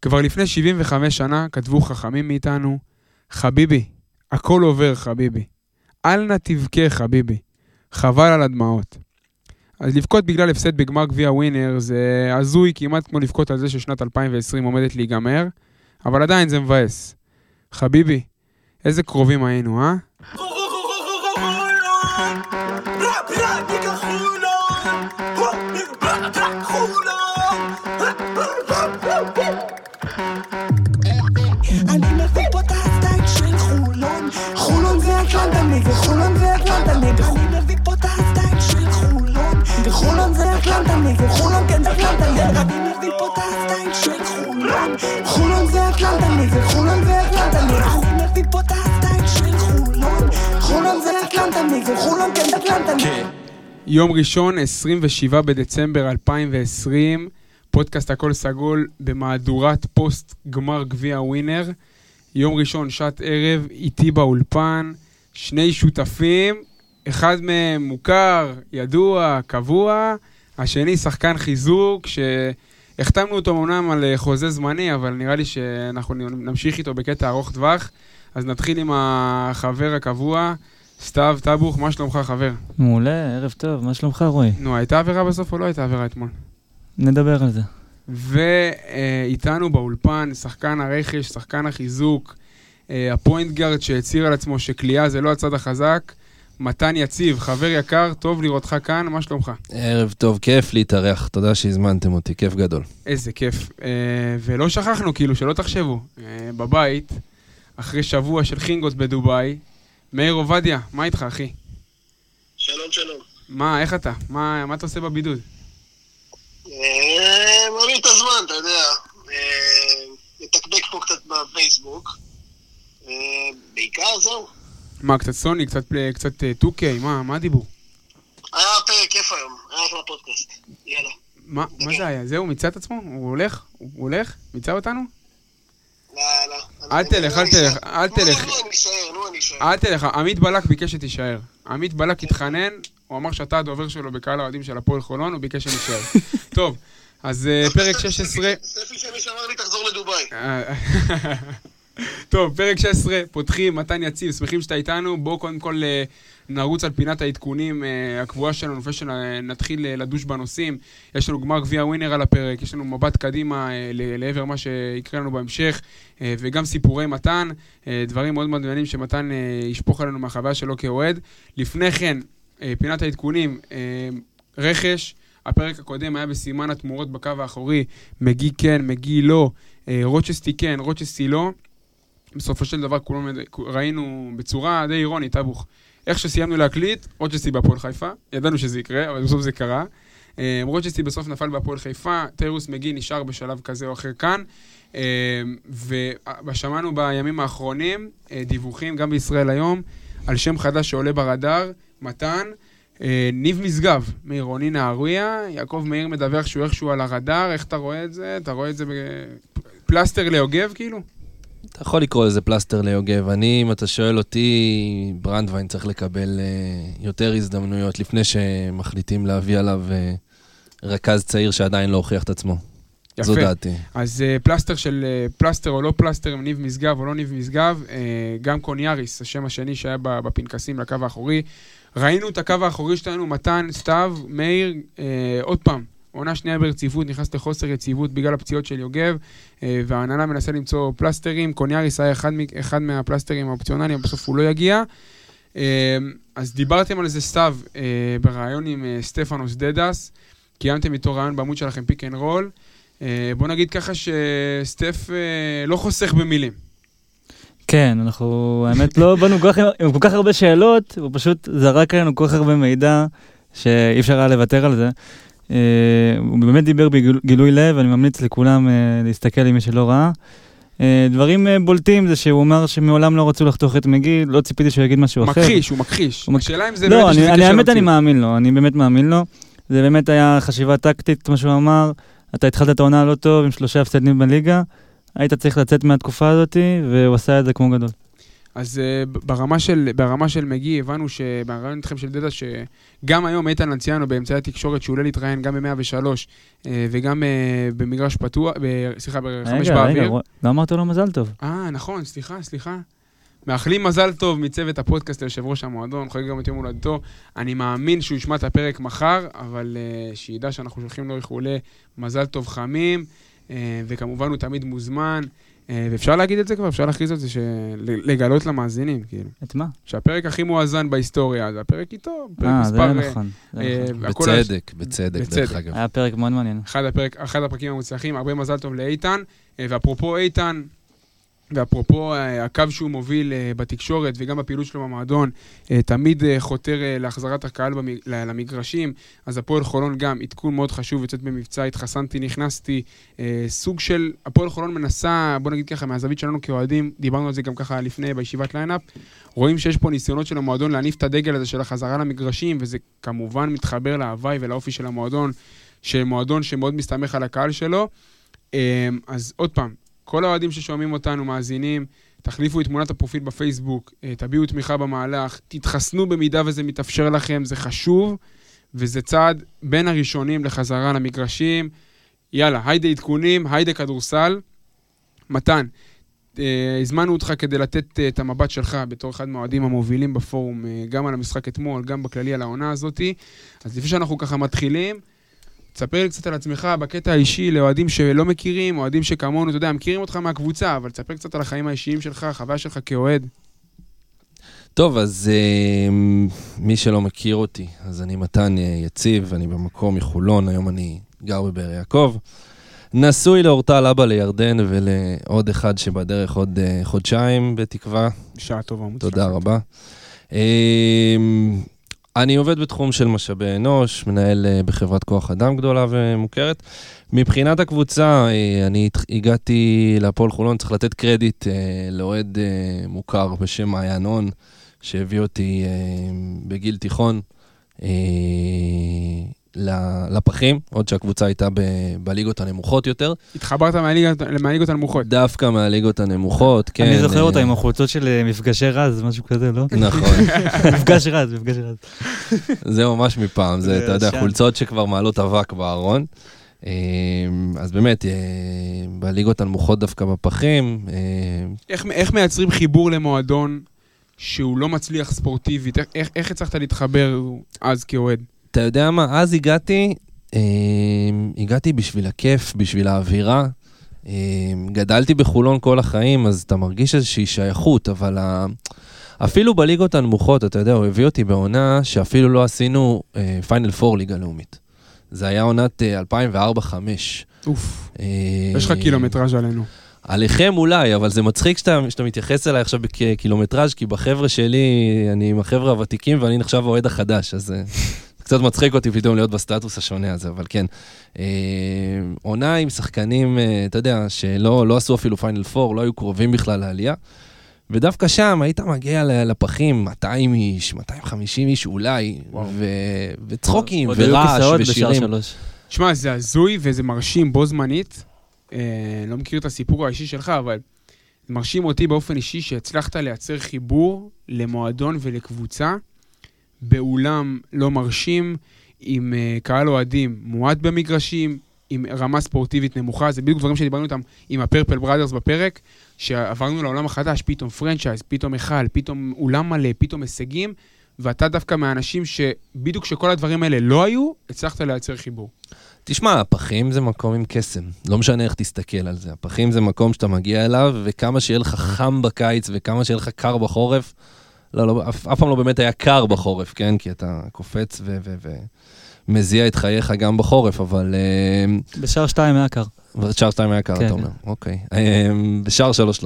כבר לפני 75 שנה כתבו חכמים מאיתנו, חביבי, הכל עובר חביבי. אל נא תבכה חביבי. חבל על הדמעות. אז לבכות בגלל הפסד בגמר גביע ווינר זה הזוי כמעט כמו לבכות על זה ששנת 2020 עומדת להיגמר, אבל עדיין זה מבאס. חביבי, איזה קרובים היינו, אה? אני מביא פה את הסטייק של חולון, חולון זה אטלנטה נגד חולון זה אטלנטה נגד. אני מביא פה את הסטייק של חולון, חולון זה אטלנטה נגד חולון כן זה אטלנטה נגד. אני מביא פה את הסטייק של חולון, חולון זה אטלנטה נגד חולון זה אטלנטה נגד. אני מביא פה את הסטייק של חולון, חולון זה אטלנטה נגד חולון כן זה אטלנטה נגד. יום ראשון, 27 בדצמבר 2020, פודקאסט הכל סגול במהדורת פוסט גמר גביע ווינר. יום ראשון, שעת ערב, איתי באולפן, שני שותפים, אחד מהם מוכר, ידוע, קבוע, השני שחקן חיזוק, שהחתמנו אותו אומנם על חוזה זמני, אבל נראה לי שאנחנו נמשיך איתו בקטע ארוך טווח. אז נתחיל עם החבר הקבוע, סתיו טבוך. מה שלומך חבר? מעולה, ערב טוב, מה שלומך רועי? נו, הייתה עבירה בסוף או לא הייתה עבירה אתמול? נדבר על זה. ואיתנו באולפן, שחקן הרכש, שחקן החיזוק, הפוינט גארד שהצהיר על עצמו שקליעה זה לא הצד החזק, מתן יציב, חבר יקר, טוב לראותך כאן, מה שלומך? ערב טוב, כיף להתארח, תודה שהזמנתם אותי, כיף גדול. איזה כיף, ולא שכחנו, כאילו, שלא תחשבו, בבית, אחרי שבוע של חינגות בדוביי, מאיר עובדיה, מה איתך אחי? שלום, שלום. מה, איך אתה? מה אתה עושה בבידוד? מעביר את הזמן, אתה יודע, לתקבק פה קצת בפייסבוק, בעיקר זהו. מה, קצת סוני, קצת 2K, מה הדיבור? היה פרק כיף היום, היה אחלה פודקאסט, יאללה. מה זה היה? זהו, מיצה את עצמו? הוא הולך? מיצה אותנו? לא. אל תלך. אל תלך, עמית בלק ביקש שתישאר. עמית בלק התחנן, הוא אמר שאתה הדובר שלו בקהל האוהדים של הפועל חולון, הוא ביקש שנשאר. טוב, אז פרק 16... ספי שמיש אמר לי תחזור לדוביי. טוב, פרק 16, פותחים, מתן יציב, שמחים שאתה איתנו. בואו קודם כל נרוץ על פינת העדכונים הקבועה שלנו, לפני שנתחיל לדוש בנושאים. יש לנו גמר גביע ווינר על הפרק, יש לנו מבט קדימה לעבר מה שיקרה לנו בהמשך, וגם סיפורי מתן, דברים מאוד מאוד מעניינים שמתן ישפוך עלינו מהחוויה שלו כאוהד. לפני כן, פינת העדכונים, רכש, הפרק הקודם היה בסימן התמורות בקו האחורי, מגי כן, מגי לא, רוצ'סטי כן, רוצ'סטי לא. בסופו של דבר כולנו ראינו בצורה די אירונית, אבוך. איך שסיימנו להקליט, רוצ'סטי בהפועל חיפה, ידענו שזה יקרה, אבל בסוף זה קרה. רוצ'סטי בסוף נפל בהפועל חיפה, טיירוס מגי נשאר בשלב כזה או אחר כאן, ושמענו בימים האחרונים דיווחים, גם בישראל היום, על שם חדש שעולה ברדאר, מתן, ניב משגב, מעירוני נהריה, יעקב מאיר מדווח שהוא איכשהו על הרדאר, איך אתה רואה את זה? אתה רואה את זה בפלסטר ליוגב כאילו? אתה יכול לקרוא לזה פלסטר ליוגב. אם אתה שואל אותי, ברנדווין צריך לקבל יותר הזדמנויות לפני שמחליטים להביא עליו רכז צעיר שעדיין לא הוכיח את עצמו. יפה. זו דעתי. אז פלסטר או לא פלסטר, ניב משגב או לא ניב משגב, גם קוניאריס, השם השני שהיה בפנקסים לקו האחורי. ראינו את הקו האחורי שלנו, מתן, סתיו, מאיר, עוד פעם, עונה שנייה ברציפות, נכנס לחוסר יציבות בגלל הפציעות של יוגב, והעננה מנסה למצוא פלסטרים, קוניאריס היה אחד מהפלסטרים האופציונליים, בסוף הוא לא יגיע. אז דיברתם על זה סתיו, ברעיון עם סטפנוס דדס, קיימתם איתו רעיון בעמוד שלכם פיק אנד רול, בוא נגיד ככה שסטף לא חוסך במילים. כן, אנחנו, האמת, לא באנו עם כל כך הרבה שאלות, הוא פשוט זרק עלינו כל כך הרבה מידע, שאי אפשר היה לוותר על זה. הוא באמת דיבר בגילוי לב, אני ממליץ לכולם להסתכל עם מי שלא ראה. דברים בולטים זה שהוא אמר שמעולם לא רצו לחתוך את מגי, לא ציפיתי שהוא יגיד משהו אחר. הוא מכחיש. השאלה אם זה לא, אני מאמין לו, אני באמת מאמין לו. זה באמת היה חשיבה טקטית, כמו שהוא אמר. אתה התחלת את העונה לא טוב עם 3 הפסדים בליגה, היית צריך לצאת מהתקופה הזאת, והוא עשה את זה כמו גדול. אז ברמה של מגי, הבנו שברעיון איתכם של דדה, שגם היום איתן לנציאנו באמצעי התקשורת, שהוא עולה להתראיין גם ב-103, וגם במגרש פתוח, סליחה, ב-5 באוויר. רגע, לא אמרת לו מזל טוב. נכון, סליחה. מאחלים מזל טוב מצוות הפודקאסט ליושב ראש המועדון, חוגג גם את יום הולדתו. אני מאמין שהוא ישמע את הפרק מחר, אבל שידע שאנחנו שולחים לו איחולי מזל טוב חמים, וכמובן הוא תמיד מוזמן. ואפשר להגיד את זה כבר, אפשר להכריז את זה, לגלות למאזינים, כאילו. את מה? שהפרק הכי מואזן בהיסטוריה, זה הפרק איתו, פרק זה מספר... נכון. בצדק, דרך אגב. היה פרק מאוד מעניין. אחד הפרקים המוצלחים, הרבה מזל טוב לאיתן, ואפרופו איתן, ואפרופו הקו שהוא מוביל בתקשורת וגם בפעילות שלו במועדון, תמיד חותר להחזרת הקהל למגרשים, אז הפועל חולון גם עדכון מאוד חשוב, יוצאת במבצע, התחסנתי, נכנסתי, סוג של, הפועל חולון מנסה, בוא נגיד ככה, מהזווית שלנו כאוהדים, דיברנו על זה גם ככה לפני בישיבת ליינאפ, רואים שיש פה ניסיונות של המועדון להניף את הדגל הזה של החזרה למגרשים, וזה כמובן מתחבר להוואי ולאופי של המועדון, של מועדון שמאוד מסתמך על הקהל שלו. אז עוד פעם, כל האוהדים ששומעים אותנו, מאזינים, תחליפו את תמונת הפרופיל בפייסבוק, תביעו תמיכה במהלך, תתחסנו במידה וזה מתאפשר לכם, זה חשוב, וזה צעד בין הראשונים לחזרה למגרשים. יאללה, היידה עדכונים, היידה כדורסל. מתן, הזמנו אותך כדי לתת את המבט שלך בתור אחד מהאוהדים המובילים בפורום, גם על המשחק אתמול, גם בכללי על העונה הזאת. אז לפני שאנחנו ככה מתחילים, תספר לי קצת על עצמך בקטע האישי לאוהדים שלא מכירים, אוהדים שכמונו, אתה יודע, מכירים אותך מהקבוצה, אבל תספר קצת על החיים האישיים שלך, החוויה שלך כאוהד. טוב, אז מי שלא מכיר אותי, אז אני מתן יציב, אני במקום מחולון, היום אני גר בבאר יעקב. נשוי לאורטל, אבא לירדן ולעוד אחד שבדרך עוד חודשיים בתקווה. בשעה טובה. תודה רבה. אני עובד בתחום של משאבי אנוש, מנהל בחברת כוח אדם גדולה ומוכרת. מבחינת הקבוצה, אני הגעתי להפועל חולון, צריך לתת קרדיט לאוהד מוכר בשם מעיין הון, שהביא אותי בגיל תיכון לפחים, עוד שהקבוצה הייתה בליגות הנמוכות יותר. התחברת מהליגות הנמוכות. דווקא מהליגות הנמוכות, כן. אני זוכר אותה עם החולצות של מפגשי רז, משהו כזה, לא? נכון. מפגש רז. זה ממש מפעם, זה, אתה יודע, חולצות שכבר מעלות אבק בארון. אז באמת, בליגות הנמוכות דווקא בפחים. איך מייצרים חיבור למועדון שהוא לא מצליח ספורטיבית? איך הצלחת להתחבר אז כאוהד? אתה יודע מה, אז הגעתי בשביל הכיף, בשביל האווירה. גדלתי בחולון כל החיים, אז אתה מרגיש איזושהי שייכות, אבל אפילו בליגות הנמוכות, אתה יודע, הוא הביא אותי בעונה שאפילו לא עשינו פיינל פור ליגה לאומית. זה היה עונת 2004-2005. אוף, יש לך קילומטראז' עלינו. עליכם אולי, אבל זה מצחיק שאתה מתייחס אליי עכשיו בקילומטראז', כי בחבר'ה שלי, אני עם החבר'ה הוותיקים, ואני נחשב האוהד החדש, אז קצת מצחיק אותי פתאום להיות בסטטוס השונה הזה, אבל כן. עונה עם שחקנים, אתה יודע, שלא עשו אפילו פיינל פור, לא היו קרובים בכלל לעלייה, ודווקא שם היית מגיע לפחים 200 איש, 250 איש אולי, וצחוקים, ורעש, ושירים. תשמע, זה הזוי וזה מרשים בו זמנית, לא מכיר את הסיפור האישי שלך, אבל זה מרשים אותי באופן אישי שהצלחת לייצר חיבור למועדון ולקבוצה, באולם לא מרשים, עם קהל אוהדים מועט במגרשים, עם רמה ספורטיבית נמוכה, זה בדיוק דברים שדיברנו אותם עם הפרפל בראדרס בפרק, שעברנו לעולם החדש, פתאום פרנצ'ייז, פתאום אחד, פתאום אולם מלא, פתאום הישגים, ואתה דווקא מהאנשים שבדיוק שכל הדברים האלה לא היו, הצלחת לייצר חיבור. תשמע, הפחים זה מקום עם קסם, לא משנה איך תסתכל על זה, הפחים זה מקום שאתה מגיע אליו, וכמה שיהיה לך חם בקיץ, וכמה שיהיה לך קר בחורף, לא, אף פעם לא באמת היה קר בחורף, כן? כי אתה קופץ ומזיע את חייך גם בחורף, אבל... בשער 2 היה קר. בשער 2 היה קר, אתה אומר. אוקיי. בשער 3 לא.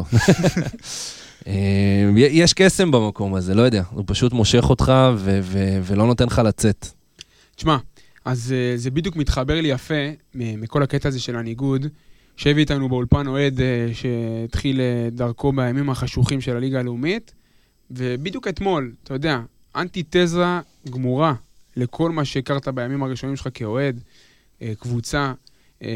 יש קסם במקום הזה, לא יודע. הוא פשוט מושך אותך ולא נותן לך לצאת. תשמע, אז זה בדיוק מתחבר לי יפה מכל הקטע הזה של הניגוד, שהביא איתנו באולפן אוהד שהתחיל דרכו בימים החשוכים של הליגה הלאומית, ובדיוק אתמול, אתה יודע, אנטיתזה גמורה לכל מה שהכרת בימים הראשונים שלך כאוהד, קבוצה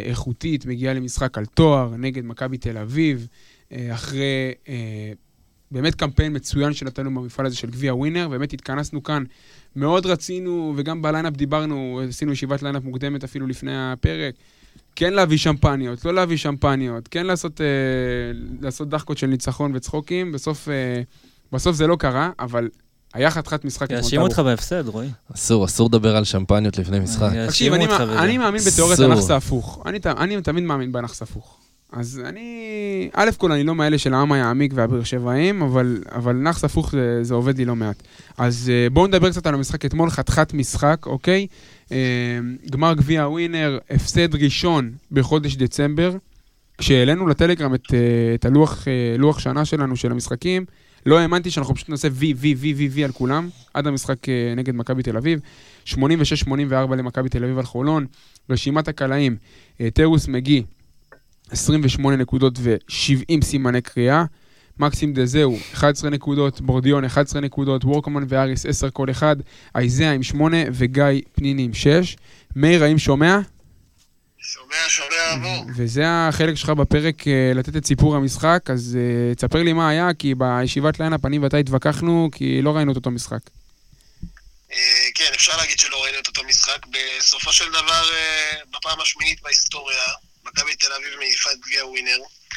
איכותית, מגיעה למשחק על תואר נגד מכבי תל אביב, אחרי באמת קמפיין מצוין שנתנו במפעל הזה של גביע ווינר, באמת התכנסנו כאן, מאוד רצינו, וגם בליינאפ דיברנו, עשינו ישיבת ליינאפ מוקדמת אפילו לפני הפרק, כן להביא שמפניות, לא להביא שמפניות, כן לעשות דחקות של ניצחון וצחוקים, בסוף זה לא קרה, אבל היה חתיכת משחק. יאשימו אותך בהפסד, רועי. אסור לדבר על שמפניות לפני משחק. תקשיב, אני מאמין בתיאוריית הנחס ההפוך. אני תמיד מאמין בנחס ההפוך. אז א' כל אני לא מאלה של העם היעמיק והבאר שבעים, אבל נחס הפוך זה עובד לי לא מעט. אז בואו נדבר קצת על המשחק אתמול, חתיכת משחק, אוקיי? גמר גביע ווינר, הפסד ראשון בחודש דצמבר, כשהעלינו לטלגרם את הלוח שנה שלנו של המשחקים, לא האמנתי שאנחנו פשוט נעשה וי על כולם, עד המשחק נגד מכבי תל אביב, 86-84 למכבי תל אביב על חולון, רשימת הקלעים, טרוס מגי, 28 נקודות ו70 סימני קריאה, מקסים דזהו, 11 נקודות, בורדיון 11 נקודות, וורקמן ואריס 10 כל אחד, אייזיה עם 8 וגיא פניני עם 6. מאיר, האם שומע? שומע, עבור. וזה החלק שלך בפרק לתת את סיפור המשחק, אז תספר לי מה היה, כי בישיבת ליינאפ אני ואתה התווכחנו, כי לא ראינו את אותו משחק. כן, אפשר להגיד שלא ראינו את אותו משחק. בסופו של דבר, בפעם השמינית בהיסטוריה, מכבי תל אביב מעיפה את גביע ווינר.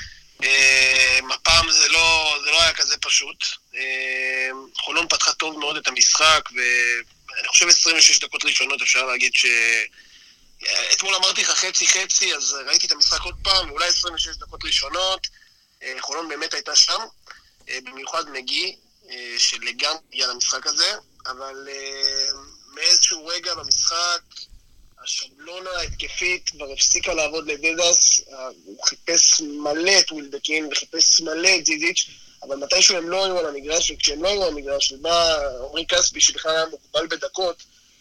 הפעם זה לא היה כזה פשוט. חולון פתחה טוב מאוד את המשחק, ואני חושב 26 דקות ראשונות אפשר להגיד אתמול אמרתי לך חצי, אז ראיתי את המשחק עוד פעם, ואולי 26 דקות ראשונות, חולון באמת הייתה שם, במיוחד מגי, שלגמרי הגיע למשחק הזה, אבל מאיזשהו רגע במשחק, השבלונה ההתקפית כבר הפסיקה לעבוד לדדס, הוא חיפש מלא את וילדקין וחיפש מלא את זיזיץ', אבל מתישהו הם לא היו על המגרש, וכשהם לא היו על המגרש, ובא עומרי כספי שבכלל היה מוגבל בדקות,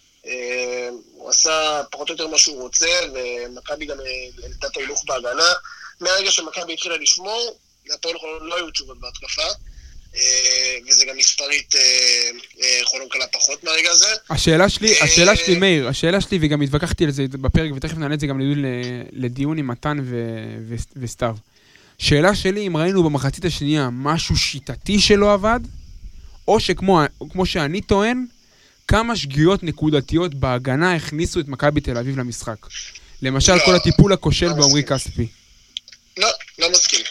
הוא עשה פחות או יותר מה שהוא רוצה, ומכבי גם העלתה את ההילוך בהגנה. מהרגע שמכבי התחילה לשמור, להפועל חולון לא היו תשובות בהתקפה, וזה גם מספרית חולון קלה פחות מהרגע הזה. השאלה שלי, מאיר, וגם התווכחתי על זה בפרק, ותכף נעלה את זה גם לדיון עם מתן וסתיו. שאלה שלי, אם ראינו במחצית השנייה משהו שיטתי שלא עבד, או שכמו שאני טוען, כמה שגיאות נקודתיות בהגנה הכניסו את מכבי תל אביב למשחק. למשל, כל הטיפול הכושל בעומרי כספי. לא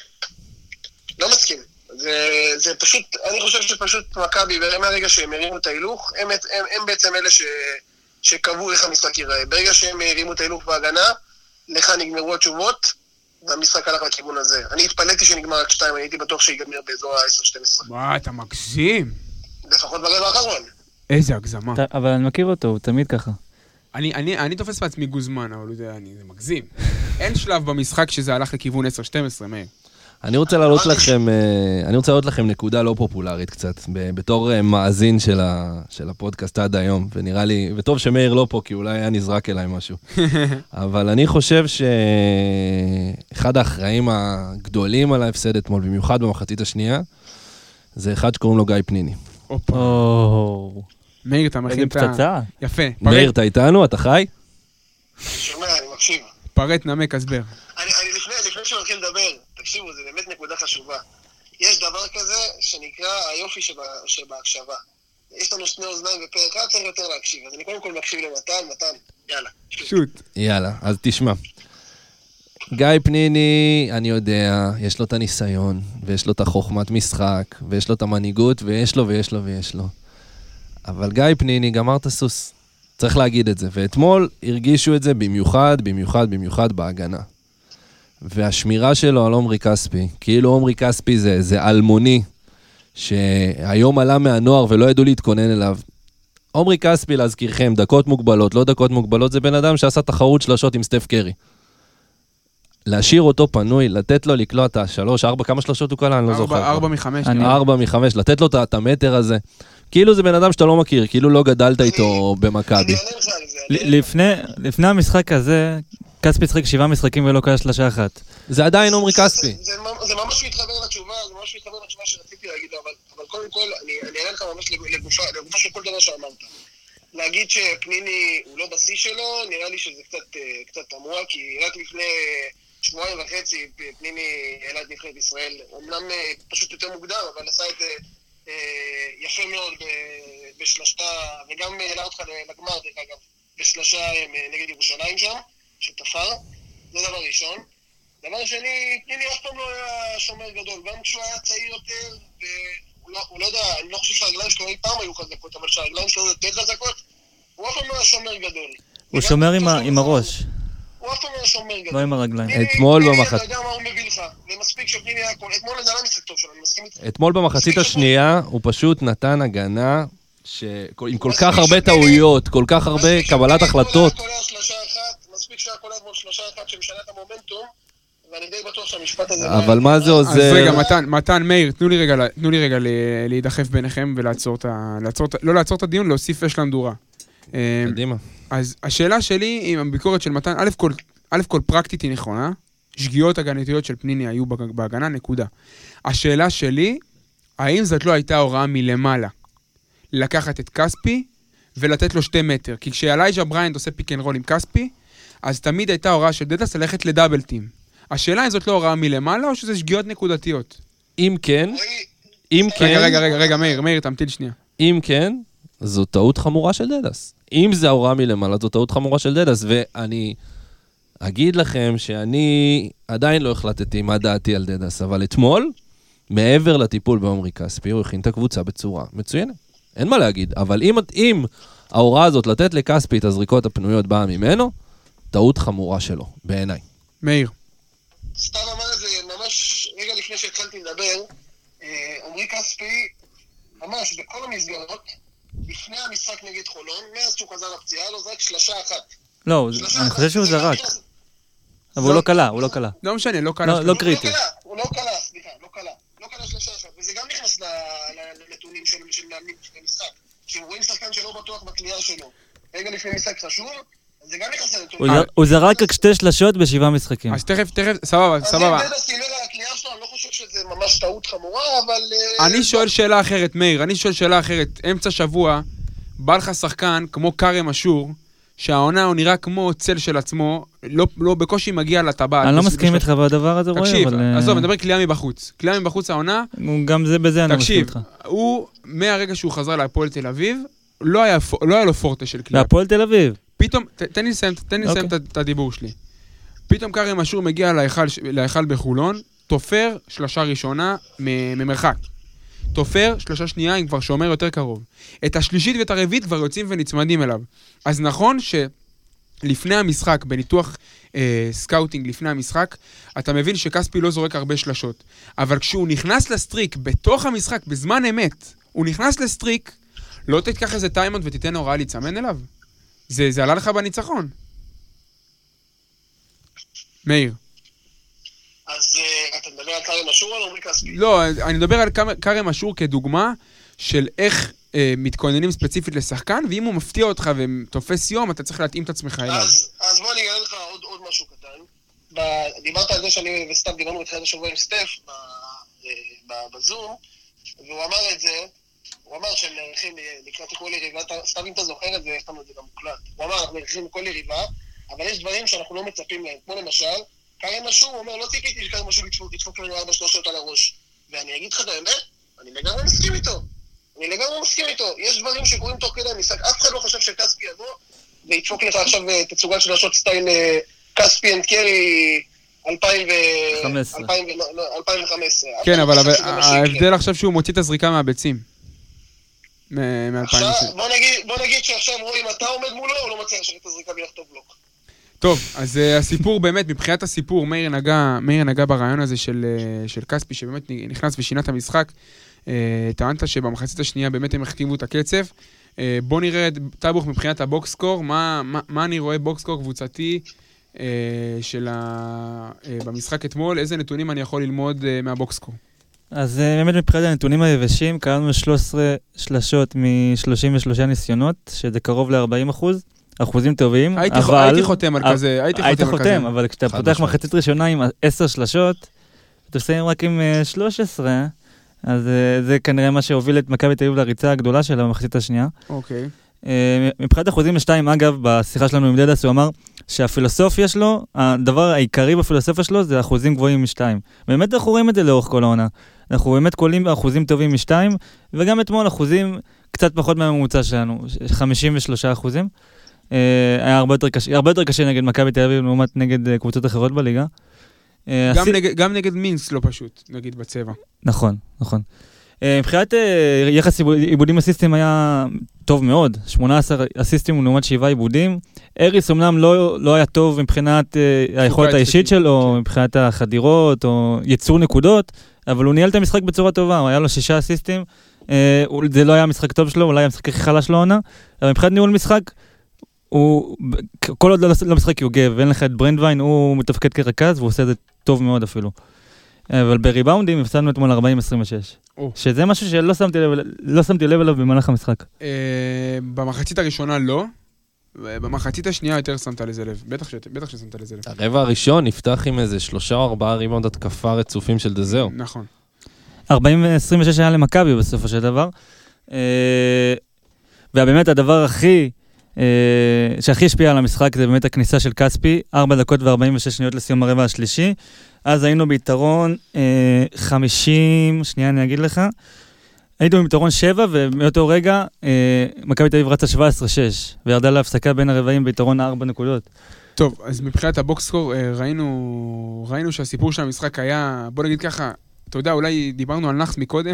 מסכים. זה פשוט, אני חושב שפשוט מכבי, מהרגע שהם הרימו את ההילוך, הם בעצם אלה שקבעו איך המשחק ייראה. ברגע שהם הרימו את ההילוך בהגנה, לך נגמרו התשובות, והמשחק הלך לכיוון הזה. אני התפלאתי שנגמר רק 2, אני הייתי בטוח שיגמר באזור ה-10-12. וואי, אתה מגזים. לפחות ברבע האחרון. איזה הגזמה. אבל אני מכיר אותו, הוא תמיד ככה. אני תופס בעצמי גוזמן, אבל זה מגזים. אין שלב במשחק שזה הלך לכיוון 10-12, מאיר. אני רוצה להעלות לכם נקודה לא פופולרית קצת, בתור מאזין של הפודקאסט עד היום, ונראה לי, וטוב שמאיר לא פה, כי אולי היה נזרק אליי משהו. אבל אני חושב שאחד האחראים הגדולים על ההפסד אתמול, במיוחד במחצית השנייה, זה אחד שקוראים לו גיא פניני. מאיר, אתה מכין את פצצה. יפה. מאיר, אתה איתנו? אתה חי? שומע, אני מקשיב. פרט, נמק, הסבר. לפני שמתחיל לדבר, תקשיבו, זה באמת נקודה חשובה. יש דבר כזה שנקרא היופי שבהקשבה. יש לנו 2 אוזניים ופה אחד, צריך יותר להקשיב. אז אני קודם כל מקשיב למתן, יאללה. שוט. יאללה, אז תשמע. גיא פניני, אני יודע, יש לו את הניסיון, ויש לו את החוכמת משחק, ויש לו את המנהיגות, ויש לו. אבל גיא פניני גמר את הסוס. צריך להגיד את זה. ואתמול הרגישו את זה במיוחד בהגנה. והשמירה שלו על עומרי כספי, כאילו עומרי כספי זה אלמוני, שהיום עלה מהנוער ולא ידעו להתכונן אליו. עומרי כספי, להזכירכם, דקות מוגבלות, לא דקות מוגבלות, זה בן אדם שעשה תחרות שלשות עם סטף קרי. להשאיר אותו פנוי, לתת לו לקלוע את 3-4, כמה שלושות הוא קלה? אני לא זוכר. 4 מ-5. 4 מ-5, לתת לו את המטר הזה. כאילו זה בן אדם שאתה לא מכיר, כאילו לא גדלת איתו במכבי. לפני המשחק הזה, כספי שחק 7 משחקים ולא קרה שלושה אחת. זה עדיין עומרי כספי. זה ממש מתחבר לתשובה, שרציתי להגיד, אבל קודם כל, אני אענה לך ממש לגופה של כל דבר שאמרת. להגיד שפניני הוא לא בשיא שלו, נראה לי שזה קצת תמוה, כי רק לפני שבועיים וחצי, פניני העלה את נבחרת ישראל, אומנם פשוט יותר מוקדם, אבל עשה את זה יפה מאוד בשלושה, וגם העלה אותך לגמר, דרך אגב, בשלושה נגד ירושלים שם, שתפר, זה דבר ראשון. דבר שני, פניני אף פעם לא היה שומר גדול, גם כשהוא היה צעיר יותר, הוא לא יודע, אני לא חושב שהרגליים שלו אי פעם היו חזקות, אבל שהרגליים שלו יותר חזקות, הוא אף פעם לא היה שומר גדול. הוא שומר עם הראש. הוא אף פעם לא היה שומר גדול. לא עם הרגליים. אתמול במחצית... אתה יודע מה הוא מביא לך, ומספיק שפניני היה... אתמול זה היה משחק טוב שלו, אני מסכים איתך. אתמול במחצית השנייה הוא פשוט נתן הגנה עם כל כך הרבה טעויות, כל כך הרבה קבלת החלטות. מספיק שהיה קולה אתמול 3-1 שמשנה את המומנטום, ואני די בטוח שהמשפט הזה... אבל מה זה עוזר? אז רגע, מתן, מאיר, תנו לי רגע להידחף ביניכם ולעצור לא לעצור את הדיון, להוסיף אש למדורה. קדימה. אז השאלה שלי עם הביקורת של מתן, א' כל פרקטית היא נכונה, שגיאות הגנתיות של פניני היו בהגנה, נקודה. השאלה שלי, האם זאת לא הייתה הוראה מלמעלה, לקחת את קספי ולתת לו 2 מטר? כי כשאלייג'ה בריינד עושה פיק אנד רול עם קספי, אז תמיד הייתה הוראה של דדס ללכת לדאבל טים. השאלה אם זאת לא הוראה מלמעלה, או שזה שגיאות נקודתיות? אם כן... רגע, מאיר, תמתיל שנייה. אם כן, זו טעות חמורה של דדס. אם זה ההוראה מלמעלה, זו טעות חמורה של דדס, ואני אגיד לכם שאני עדיין לא החלטתי מה דעתי על דדס, אבל אתמול, מעבר לטיפול בעומרי כספי, הוא הכין את הקבוצה בצורה מצוינת. אין מה להגיד, אבל אם ההוראה הזאת לתת לכספי את הזריקות הפנויות באה ממנו, טעות חמורה שלו, בעיניי. מאיר. סתם אמר את זה ממש רגע לפני שהתחלתי לדבר, עומרי כספי, ממש בכל המסגרות, לפני המשחק נגד חולון, מאז שהוא חזר לפציעה, לא זרק 3-1. לא, אני חושב שהוא זרק. אבל הוא לא קלה. לא משנה, לא קלה. לא קריטי. הוא לא קלה, סליחה, לא קלה 3-1, וזה גם נכנס לנתונים של מאמנים לפני משחק. כשהם רואים שחקן שלא בטוח בקליעה שלו, רגע לפני משחק חשוב, זה גם נכנס לנתונים. הוא זרק רק 2 שלשות ב7 משחקים. אז תכף, סבבה. אז אם דדס ילך על הקליעה שלו, אני לא חושב שזה ממש טעות חמורה, אבל... אני שואל שאלה אחרת, מאיר, אמצע שבוע, בא לך שחקן כמו קארם אשור, שהעונה הוא נראה כמו צל של עצמו, לא בקושי מגיע לטבעת. אני לא מסכים איתך בדבר הזה, רואי, תקשיב, עזוב, אני מדבר קליעה מבחוץ. קליעה מבחוץ העונה... גם זה בזה אני מסכים איתך. תקשיב, הוא, מהרגע שהוא חזר להפועל תל אביב, לא היה לו פורטה של קליעה. להפועל תל אביב. פתאום, תן לי לסיים את הדיבור שלי. פתאום קארם אשור מגיע להיכל בחולון, תופר 3 ראשונה ממרחק. תופר 3 שנייה, אם כבר שומר יותר קרוב. את השלישית ואת הרביעית כבר יוצאים ונצמדים אליו. אז נכון שלפני המשחק, בניתוח סקאוטינג לפני המשחק, אתה מבין שקספי לא זורק הרבה שלשות. אבל כשהוא נכנס לסטריק בתוך המשחק, בזמן אמת, הוא נכנס לסטריק, לא תתקח איזה טיימות ותיתן הוראה להצמד אליו. זה עלה לך בניצחון. מאיר. אז אתה מדבר על קארם אשור או על עומרי כספי? לא, אני מדבר על קארם אשור כדוגמה של איך מתכוננים ספציפית לשחקן, ואם הוא מפתיע אותך ותופס יום, אתה צריך להתאים את עצמך אליו. אז בוא אני אגלה לך עוד משהו קטן. דיברת על זה שאני וסתם דיברנו בתחילת השבוע עם סטף בזום, והוא אמר את זה, הוא אמר שהם נערכים לקראת כל יריבה, סתם אם אתה זוכר את זה, יש לנו את זה גם מוקלט. הוא אמר, אנחנו נערכים לכל יריבה, אבל יש דברים שאנחנו לא מצפים להם, כמו למשל, קארם אשור, הוא אומר, לא ציפיתי שקארם אשור ידפוק לנו 4 שלשות על הראש. ואני אגיד לך את האמת, אני לגמרי מסכים איתו. יש דברים שקורים תוך כדי המשחק, אף אחד לא חשב שקספי יבוא, וידפוק לך עכשיו תצוגת שלשות סטייל קספי אנד קרי 2015. כן, אבל ההבדל עכשיו שהוא מוציא את הזריקה מהביצים. בוא נגיד שעכשיו רואים אתה עומד מולו, הוא לא מצליח לשחק את הזריקה ולכתוב בלוק. טוב, אז הסיפור באמת, מבחינת הסיפור, מאיר נגע ברעיון הזה של קספי, שבאמת נכנס ושינה את המשחק. טענת שבמחצית השנייה באמת הם החתימו את הקצב. בוא נראה את טאבוך מבחינת הבוקסקור, מה אני רואה בוקסקור קבוצתי במשחק אתמול, איזה נתונים אני יכול ללמוד מהבוקסקור? אז באמת מבחינת הנתונים היבשים, קראנו 13 שלשות מ-33 ניסיונות, שזה קרוב ל-40%. אחוזים טובים, אבל... הייתי חותם על כזה, היית חותם, אבל כשאתה פותח מחצית ראשונה עם 10 שלשות, אתה מסיים רק עם 13, אז זה כנראה מה שהוביל את מכבי תל אביב לריצה הגדולה שלה במחצית השנייה. אוקיי. מבחינת אחוזים ל2, אגב, בשיחה שלנו עם דדס, הוא אמר, שהפילוסופיה שלו, הדבר העיקרי בפילוסופיה שלו זה אחוזים גבוהים משתיים. באמת אנחנו רואים את זה לאורך כל העונה. אנחנו באמת קולים באחוזים טובים משתיים, וגם אתמול אחוזים קצת פחות מהממוצע שלנו, 53%. היה הרבה יותר קשה נגד מכבי תל אביב, לעומת נגד קבוצות אחרות בליגה. גם נגד מינסק לא פשוט, נגיד בצבע. נכון. מבחינת יחס עיבודים אסיסטים היה טוב מאוד, 18 אסיסטים לעומת 7 עיבודים. אריס אמנם לא היה טוב מבחינת היכולת האישית שלו, מבחינת החדירות או ייצור נקודות, אבל הוא ניהל את המשחק בצורה טובה, היה לו 6 אסיסטים, זה לא היה המשחק טוב שלו, אולי המשחק הכי חלש לו עונה, אבל מבחינת ניהול משחק, כל עוד לא משחק יוגב, ואין לך את ברנדווין, הוא מתפקד כרכז, והוא עושה את זה טוב מאוד אפילו. אבל בריבאונדים הפסדנו אתמול 40-26. שזה משהו שלא שמתי לב אליו במהלך המשחק. במחצית הראשונה לא, ובמחצית השנייה יותר שמת לזה לב. בטח ששמת לזה לב. הרבע הראשון נפתח עם איזה 3 או 4 ריבאונד התקפה רצופים של דזאו. נכון. 40-26 היה למכבי בסופו של דבר. ובאמת הדבר שהכי השפיע על המשחק זה באמת הכניסה של כספי, 4 דקות ו-46 שניות לסיום הרבע השלישי. אז היינו ביתרון 50, שנייה אני אגיד לך, היינו ביתרון 7, ומאותו רגע מכבי תל אביב רצה 17-6, וירדה להפסקה בין הרבעים ביתרון 4 נקודות. טוב, אז מבחינת הבוקסקור, ראינו שהסיפור של המשחק היה, בוא נגיד ככה, אתה יודע, אולי דיברנו על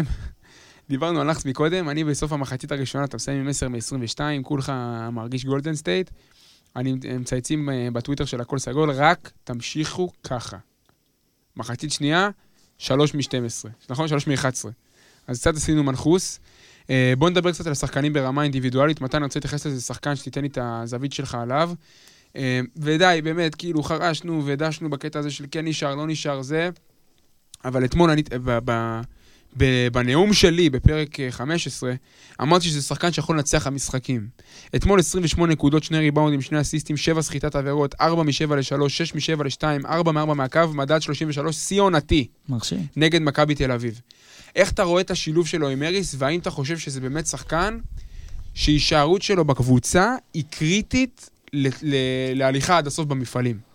נחס מקודם, אני בסוף המחצית הראשונה, אתה מסיים עם 10 מ-22, כולך מרגיש גולדן סטייט, אני מצייצים בטוויטר של הכל סגול, רק תמשיכו ככה. מחצית שנייה, 3 מ-12, נכון? 3 מ-11. אז קצת עשינו מנחוס. בוא נדבר קצת על השחקנים ברמה אינדיבידואלית, מתי אני רוצה להתייחס לזה שחקן שתיתן לי את הזווית שלך עליו. ודי, באמת, כאילו חרשנו ודשנו בקטע הזה של כן נשאר, לא נשאר זה, אבל אתמול אני, בנאום שלי, בפרק 15, אמרתי שזה שחקן שיכול לנצח המשחקים. אתמול 28 נקודות, 2 ריבאונדים, 2 אסיסטים, 7 סחיטת עבירות, 4 מ-7 ל-3, 6 מ-7 ל-2, 4 מ-4 מהקו, מדד 33, שיא עונתי. מרשים. נגד מכבי תל אביב. איך אתה רואה את השילוב שלו עם אריס, והאם אתה חושב שזה באמת שחקן שהישארות שלו בקבוצה היא קריטית להליכה עד הסוף במפעלים?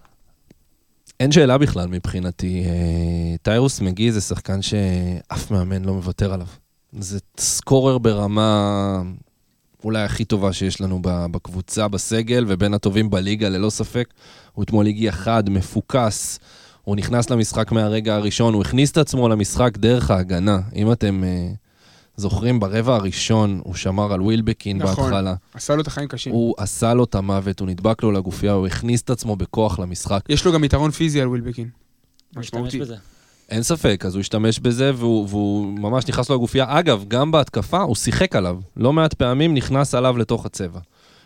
אין שאלה בכלל מבחינתי. טיירוס מגי זה שחקן שאף מאמן לא מוותר עליו. זה סקורר ברמה אולי הכי טובה שיש לנו בקבוצה, בסגל, ובין הטובים בליגה ללא ספק. הוא אתמול הגיע חד, מפוקס, הוא נכנס למשחק מהרגע הראשון, הוא הכניס את עצמו למשחק דרך ההגנה. אם אתם זוכרים, ברבע הראשון הוא שמר על ווילבקין בהתחלה. נכון, עשה לו את החיים קשים. הוא עשה לו את המוות, הוא נדבק לו לגופיה, הוא הכניס את עצמו בכוח למשחק. יש לו גם יתרון פיזי על ווילבקין. משמעותי. אין ספק, אז הוא השתמש בזה, והוא ממש נכנס לו לגופיה. אגב, גם בהתקפה הוא שיחק עליו. לא מעט פעמים נכנס עליו לתוך הצבע.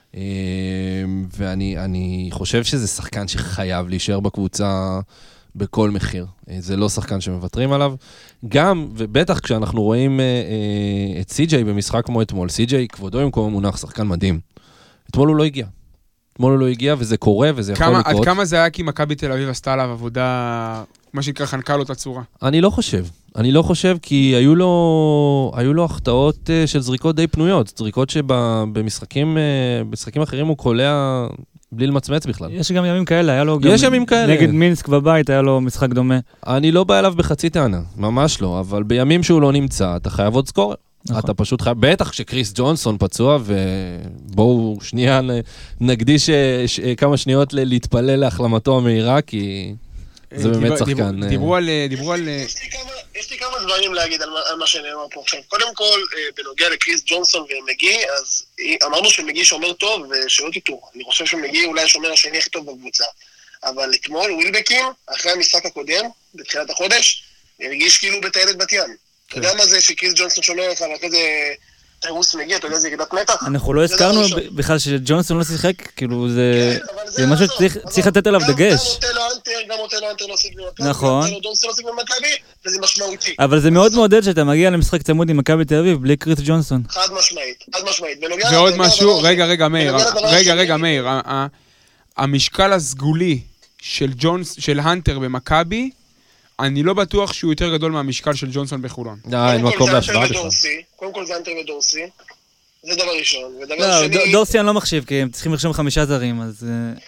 ואני חושב שזה שחקן שחייב להישאר בקבוצה בכל מחיר. זה לא שחקן שמוותרים עליו. גם, ובטח כשאנחנו רואים את סי.ג'יי במשחק כמו אתמול, סי.ג'יי כבודו במקום מונח שחקן מדהים. אתמול הוא לא הגיע, וזה קורה, וזה יכול לקרות. עד כמה זה היה כי מכבי תל אביב עשתה עליו עבודה, מה שנקרא חנקה לו את הצורה? אני לא חושב, כי היו לו החטאות של זריקות די פנויות, זריקות שבמשחקים אחרים הוא קולע בלי למצמץ בכלל. יש גם ימים כאלה, היה לו גם... יש ימים כאלה. נגד מינסק בבית היה לו משחק דומה. אני לא בא אליו בחצי טענה, ממש לא, אבל בימים שהוא לא נמצא, אתה חייב עוד סקורר. נכון. אתה פשוט חייב, בטח כשקריס ג'ונסון פצוע, ובואו שנייה נקדיש כמה שניות להתפלל להחלמתו המהירה, כי זה באמת שחקן. דיברו על... יש לי כמה דברים להגיד על מה שנאמר פה עכשיו. קודם כל, בנוגע לקריס ג'ונסון ומגי, אז אמרנו שמגי שומר טוב ושלא תיתור. אני חושב שמגי אולי השומר השני הכי טוב בקבוצה. אבל אתמול ווילבקין, אחרי המשחק הקודם, בתחילת החודש, הרגיש כאילו בטיילת בת ים. אתה יודע מה זה שקריס ג'ונסון שומר לך, ואחרי זה טיירוס מגיע, אתה יודע, זה ירידת מתח? אנחנו לא הזכרנו בכלל שג'ונסון לא שיחק, כאילו זה משהו שצריך לתת עליו דגש. גם אוטלו אנטר לא שיחק במכבי, נכון. ג'ונסון לא שיחק במכבי, וזה משמעותי. אבל זה מאוד מעודד שאתה מגיע למשחק צמוד עם מכבי תל אביב, בלי קריס ג'ונסון. חד משמעית. ועוד משהו, רגע מאיר, המשקל הסגולי של הנטר במכבי, אני לא בטוח שהוא יותר גדול מהמשקל של ג'ונסון בחולון. אין מקום בהשוואה בכלל. קודם כל זה הנטר ודורסי, זה דבר ראשון. דורסי אני לא מחשיב, כי הם צריכים לרשום 5 זרים, אז...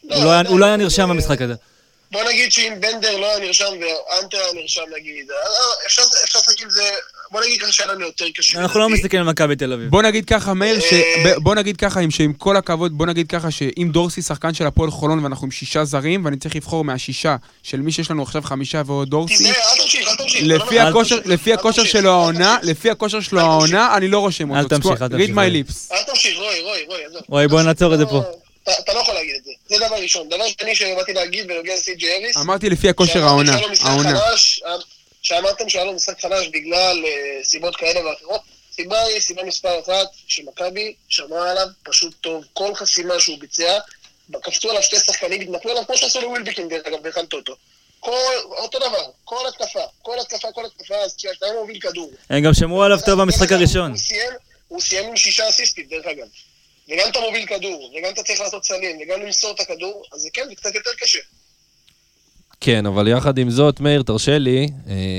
הוא לא היה נרשם במשחק הזה. בוא נגיד שאם בנדר לא היה נרשם ואנטר היה נרשם, נגיד, אפשר להגיד עם זה, בוא נגיד ככה שהיה לנו יותר קשה. אנחנו לא מסתכלים על מכבי תל אביב. בוא נגיד ככה, מאיר, בוא נגיד ככה, שעם כל הכבוד, בוא נגיד ככה, שאם דורסי שחקן של הפועל חולון ואנחנו עם 6 זרים, ואני צריך לבחור מה6 של מי שיש לנו עכשיו 5 ועוד דורסי, לפי הכושר שלו העונה, אני לא רושם אותו. אל תמשיך. אל תמשיך, רוי, בוא נעצור את זה פה. אתה לא יכול להגיד את זה. זה דבר ראשון. דבר שני שבאתי להגיד בנוגע לסי.ג'י אריס. אמרתי לפי הכושר העונה. שאמרתם שהיה לו משחק חלש בגלל סיבות כאלה ואחרות. סיבה מספר 1 שמכבי שמרה עליו פשוט טוב. כל חסימה שהוא ביצע, קפצו עליו 2 שחקנים, התנפלו עליו כמו שעשו לווילבקין דרך אגב, והכנת אותו. אותו דבר, כל התקפה, אז כשאתה מוביל כדור. הם גם שמרו עליו טוב במשחק הראשון. הוא סיים עם 6 אסיסטים דרך אגב. וגם אתה מוביל כדור, וגם אתה צריך לעשות סלים, וגם למסור את הכדור, אז זה כן, זה קצת יותר קשה. כן, אבל יחד עם זאת, מאיר, תרשה לי,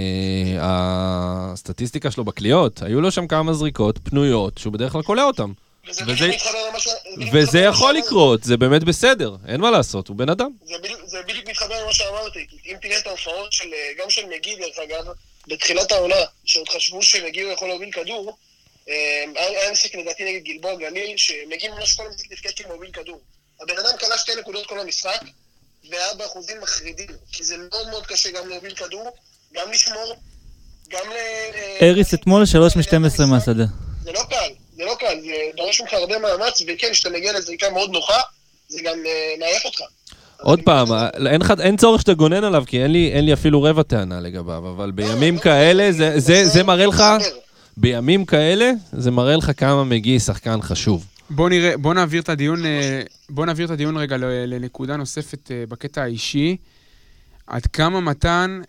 הסטטיסטיקה שלו בקליעות, היו לו שם כמה זריקות פנויות, שהוא בדרך כלל קולע אותם. וזה יכול לקרות, זה באמת בסדר, אין מה לעשות, הוא בן אדם. זה בדיוק מתחבר למה שאמרתי, אם תראה את ההופעות גם של מגיד, דרך אגב, בתחילת העונה, שעוד חשבו שמגיד הוא יכול להוביל כדור, היה משחק לדעתי נגד גלבוע גליל, שמגיעים ממש כל המשחק נפקד כמוביל כדור. הבן אדם קלה 2 נקודות כל המשחק, והיה באחוזים מחרידים, כי זה מאוד מאוד קשה גם להוביל כדור, גם לשמור, גם אריס אתמול 3 מ-12 מהשדה. זה לא קל, זה דורש ממך הרבה מאמץ, וכן, כשאתה מגיע לזריקה מאוד נוחה, זה גם מעייף אותך. עוד פעם, אין צורך שאתה גונן עליו, כי אין לי אפילו רבע טענה לגביו, אבל בימים כאלה, זה מראה לך... בימים כאלה, זה מראה לך כמה מגיע שחקן חשוב. בוא נעביר את הדיון רגע לנקודה נוספת בקטע האישי. עד כמה מתן,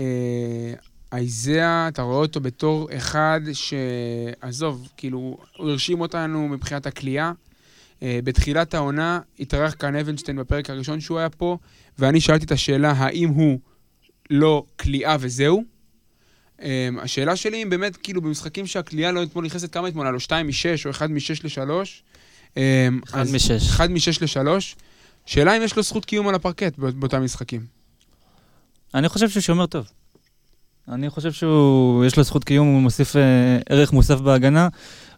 איזיה, אתה רואה אותו בתור אחד שעזוב, כאילו, הוא הרשים אותנו מבחינת הקליעה. בתחילת העונה התארח כאן אבנשטיין בפרק הראשון שהוא היה פה, ואני שאלתי את השאלה, האם הוא לא קליעה וזהו? השאלה שלי היא באמת, כאילו, במשחקים שהקליעה לא אתמול נכנסת, כמה אתמול? לא 2 מ-6 או 1 מ-6 ל-3? 1 מ-6. 1 מ-6 ל-3. שאלה אם יש לו זכות קיום על הפרקט באותם משחקים. אני חושב שהוא שומר טוב. אני חושב שיש לו זכות קיום, הוא מוסיף ערך מוסף בהגנה.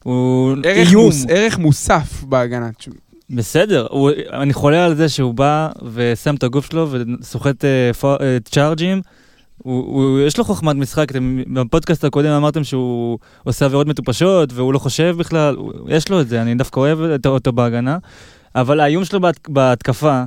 ערך מוסף בהגנה. בסדר, אני חולה על זה שהוא בא ושם את הגוף שלו וסוחט צ'ארג'ים. יש לו חוכמת משחק, בפודקאסט הקודם אמרתם שהוא עושה עבירות מטופשות והוא לא חושב בכלל, יש לו את זה, אני דווקא אוהב אותו בהגנה, אבל האיום שלו בהתקפה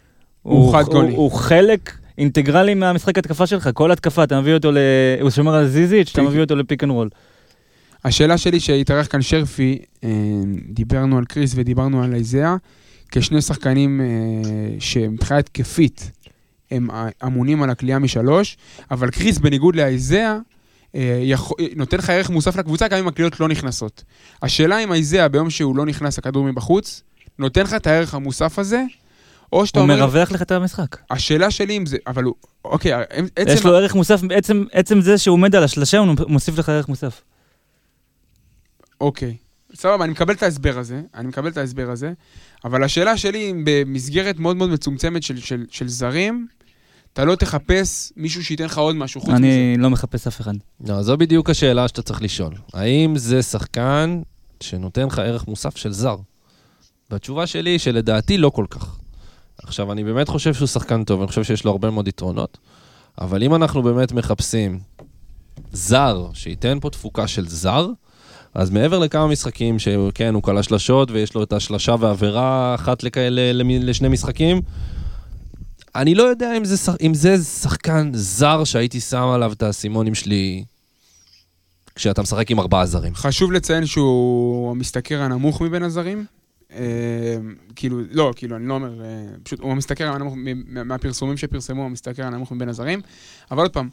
הוא חלק אינטגרלי מהמשחק התקפה שלך, כל התקפה, אתה מביא אותו, הוא שומר על זיזיץ', אתה מביא אותו לפיק אנד רול. השאלה שלי שהתארח כאן שרפי, דיברנו על קריס ודיברנו על איזיה, כשני שחקנים שמתחילה התקפית, הם אמונים על הקליעה מ3, אבל קריס בניגוד לאיזיה, נותן לך ערך מוסף לקבוצה גם אם הקליעות לא נכנסות. השאלה אם איזיה ביום שהוא לא נכנס הכדור מבחוץ, נותן לך את הערך המוסף הזה, או שאתה אומר... הוא מרווח לך את המשחק. השאלה שלי אם זה... אבל הוא... אוקיי, יש לו ערך מוסף, עצם זה שהוא עומד על השלשה, הוא מוסיף לך ערך מוסף. אוקיי. סבבה, אני מקבל את ההסבר הזה, אבל השאלה שלי, במסגרת מאוד מאוד מצומצמת של זרים, אתה לא תחפש מישהו שייתן לך עוד משהו חוץ מזה. אני לא מחפש אף אחד. לא, זו בדיוק השאלה שאתה צריך לשאול. האם זה שחקן שנותן לך ערך מוסף של זר? והתשובה שלי היא שלדעתי לא כל כך. עכשיו, אני באמת חושב שהוא שחקן טוב, אני חושב שיש לו הרבה מאוד יתרונות, אבל אם אנחנו באמת מחפשים זר שייתן פה תפוקה של זר, אז מעבר לכמה משחקים שכן, הוא קלה שלשות ויש לו את השלשה והעבירה אחת לשני משחקים, אני לא יודע אם זה שחקן זר שהייתי שם עליו את הסימונים שלי כשאתה משחק עם 4 זרים. חשוב לציין שהוא המשתכר הנמוך מבין הזרים. כאילו, אני לא אומר, פשוט הוא המשתכר הנמוך מהפרסומים שפרסמו, המשתכר הנמוך מבין הזרים. אבל עוד פעם,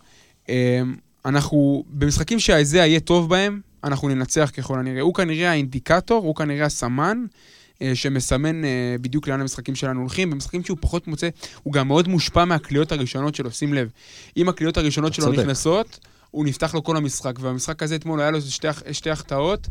אנחנו, במשחקים שהאיזיה יהיה טוב בהם, אנחנו ננצח ככל הנראה. הוא כנראה האינדיקטור, הוא כנראה הסמן, שמסמן בדיוק לאן המשחקים שלנו הולכים. במשחקים שהוא פחות מוצא, הוא גם מאוד מושפע מהקליעות הראשונות שלו, שים לב. אם הקליעות הראשונות שלו נכנסות, הוא נפתח לו כל המשחק, והמשחק הזה אתמול היה לו שתי החטאות,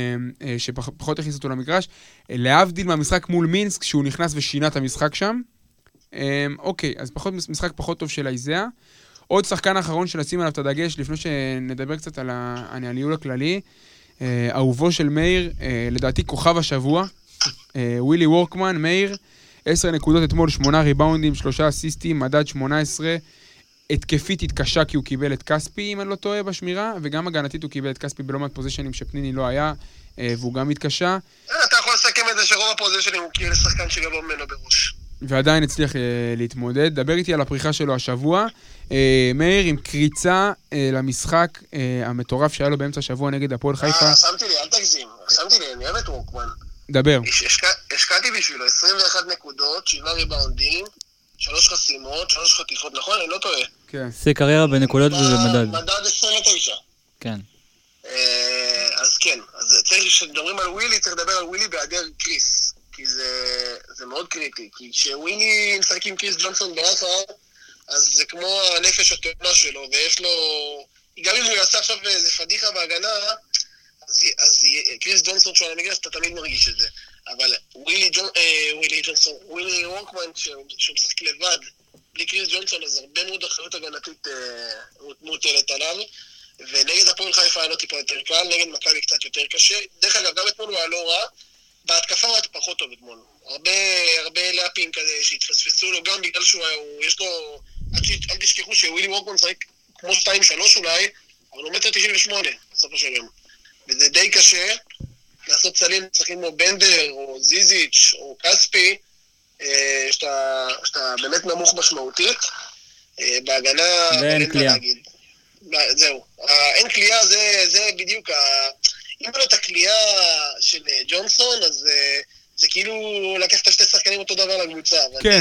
שפחות הכניס אותו למגרש, להבדיל מהמשחק מול מינסק, שהוא נכנס ושינה את המשחק שם, אוקיי, אז משחק פחות טוב של איזאה. עוד שחקן האחרון שנשים עליו את הדגש, לפני שנדבר קצת על הניהול הכללי, אהובו של מאיר, לדעתי כוכב השבוע, ווילי וורקמן, מאיר, 10 נקודות אתמול, 8 ריבאונדים, 3 אסיסטים, מדד 18, התקפית התקשה כי הוא קיבל את כספי, אם אני לא טועה, בשמירה, וגם הגנתית הוא קיבל את כספי בלא מעט פוזישנים שפניני לא היה, והוא גם התקשה. אתה יכול לסכם את זה שרוב הפוזישנים הוא קיבל שחקן שגבוה ממנו בראש. ועדיין הצליח להתמודד. דבר איתי על הפריחה שלו השבוע. מאיר עם קריצה למשחק המטורף שהיה לו באמצע השבוע נגד הפועל חיפה. שמתי לי, אל תגזים. שמתי לי, אני אוהב את וורקמן. דבר. השקעתי בשבילו 21 נקודות, 7 ריבאונדים, 3 חסימות, 3 חטיפות, נכון? אני לא טועה. כן. זה קריירה בנקודות ובמדד. מדד 29. כן. אז כן, אז כשמדברים על ווילי, צריך לדבר על ווילי בהיעדר קריס. כי זה מאוד קריטי. כי כשווילי משחק עם קריס ג'ונסון ברחב, אז זה כמו הנפש התאונה שלו, ויש לו... גם אם הוא יעשה עכשיו איזה פדיחה בהגנה, אז קריס ג'ונסון שהוא על המגרש, אתה תמיד מרגיש את זה. אבל ווילי וורקמן, שהוא משחק לבד, בלי קריס ג'ונסון, אז הרבה מאוד אחריות הגנתית מוטלת עליו, ונגד הפועל חיפה היה לו טיפה יותר קל, נגד מכבי קצת יותר קשה. דרך אגב, גם אתמול הוא היה לא רע, בהתקפה הוא היה פחות טוב אתמול. הרבה לאפים כזה שהתפספסו לו, גם בגלל יש לו... אל תשכחו שווילי וורקמן משחק כמו 2-3 אולי, אבל הוא 1.98 בסוף של יום. וזה די קשה לעשות סלים משחקים כמו בנדר, או זיזיץ', או כספי, שאתה באמת נמוך משמעותית. בהגנה... ואין קליעה. זהו. אין קליעה, זה בדיוק אם לא את הקליעה של ג'ונסון, אז זה כאילו לקח את השתי שחקנים אותו דבר לקבוצה. כן.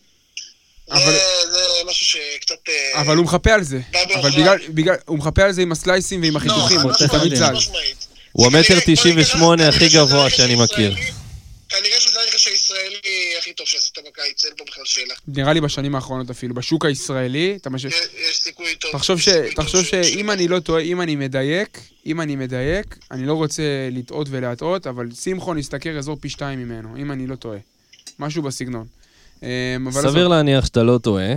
זה משהו שקצת... אבל הוא מחפה על זה. אבל בגלל... הוא מחפה על זה עם הסלייסים ועם החיתוכים. הוא 1.98 הכי גבוה שאני מכיר. כנראה שזה הרכש הישראלי הכי טוב שעשית בקיץ, אין פה בכלל שאלה. נראה לי בשנים האחרונות אפילו, בשוק הישראלי, יש סיכוי טוב. תחשוב שאם אני לא טועה, אם אני מדייק, אני לא רוצה לטעות ולהטעות, אבל שמחון יסתכר אזור פי 2 ממנו, אם אני לא טועה. משהו בסגנון. סביר להניח שאתה לא טועה.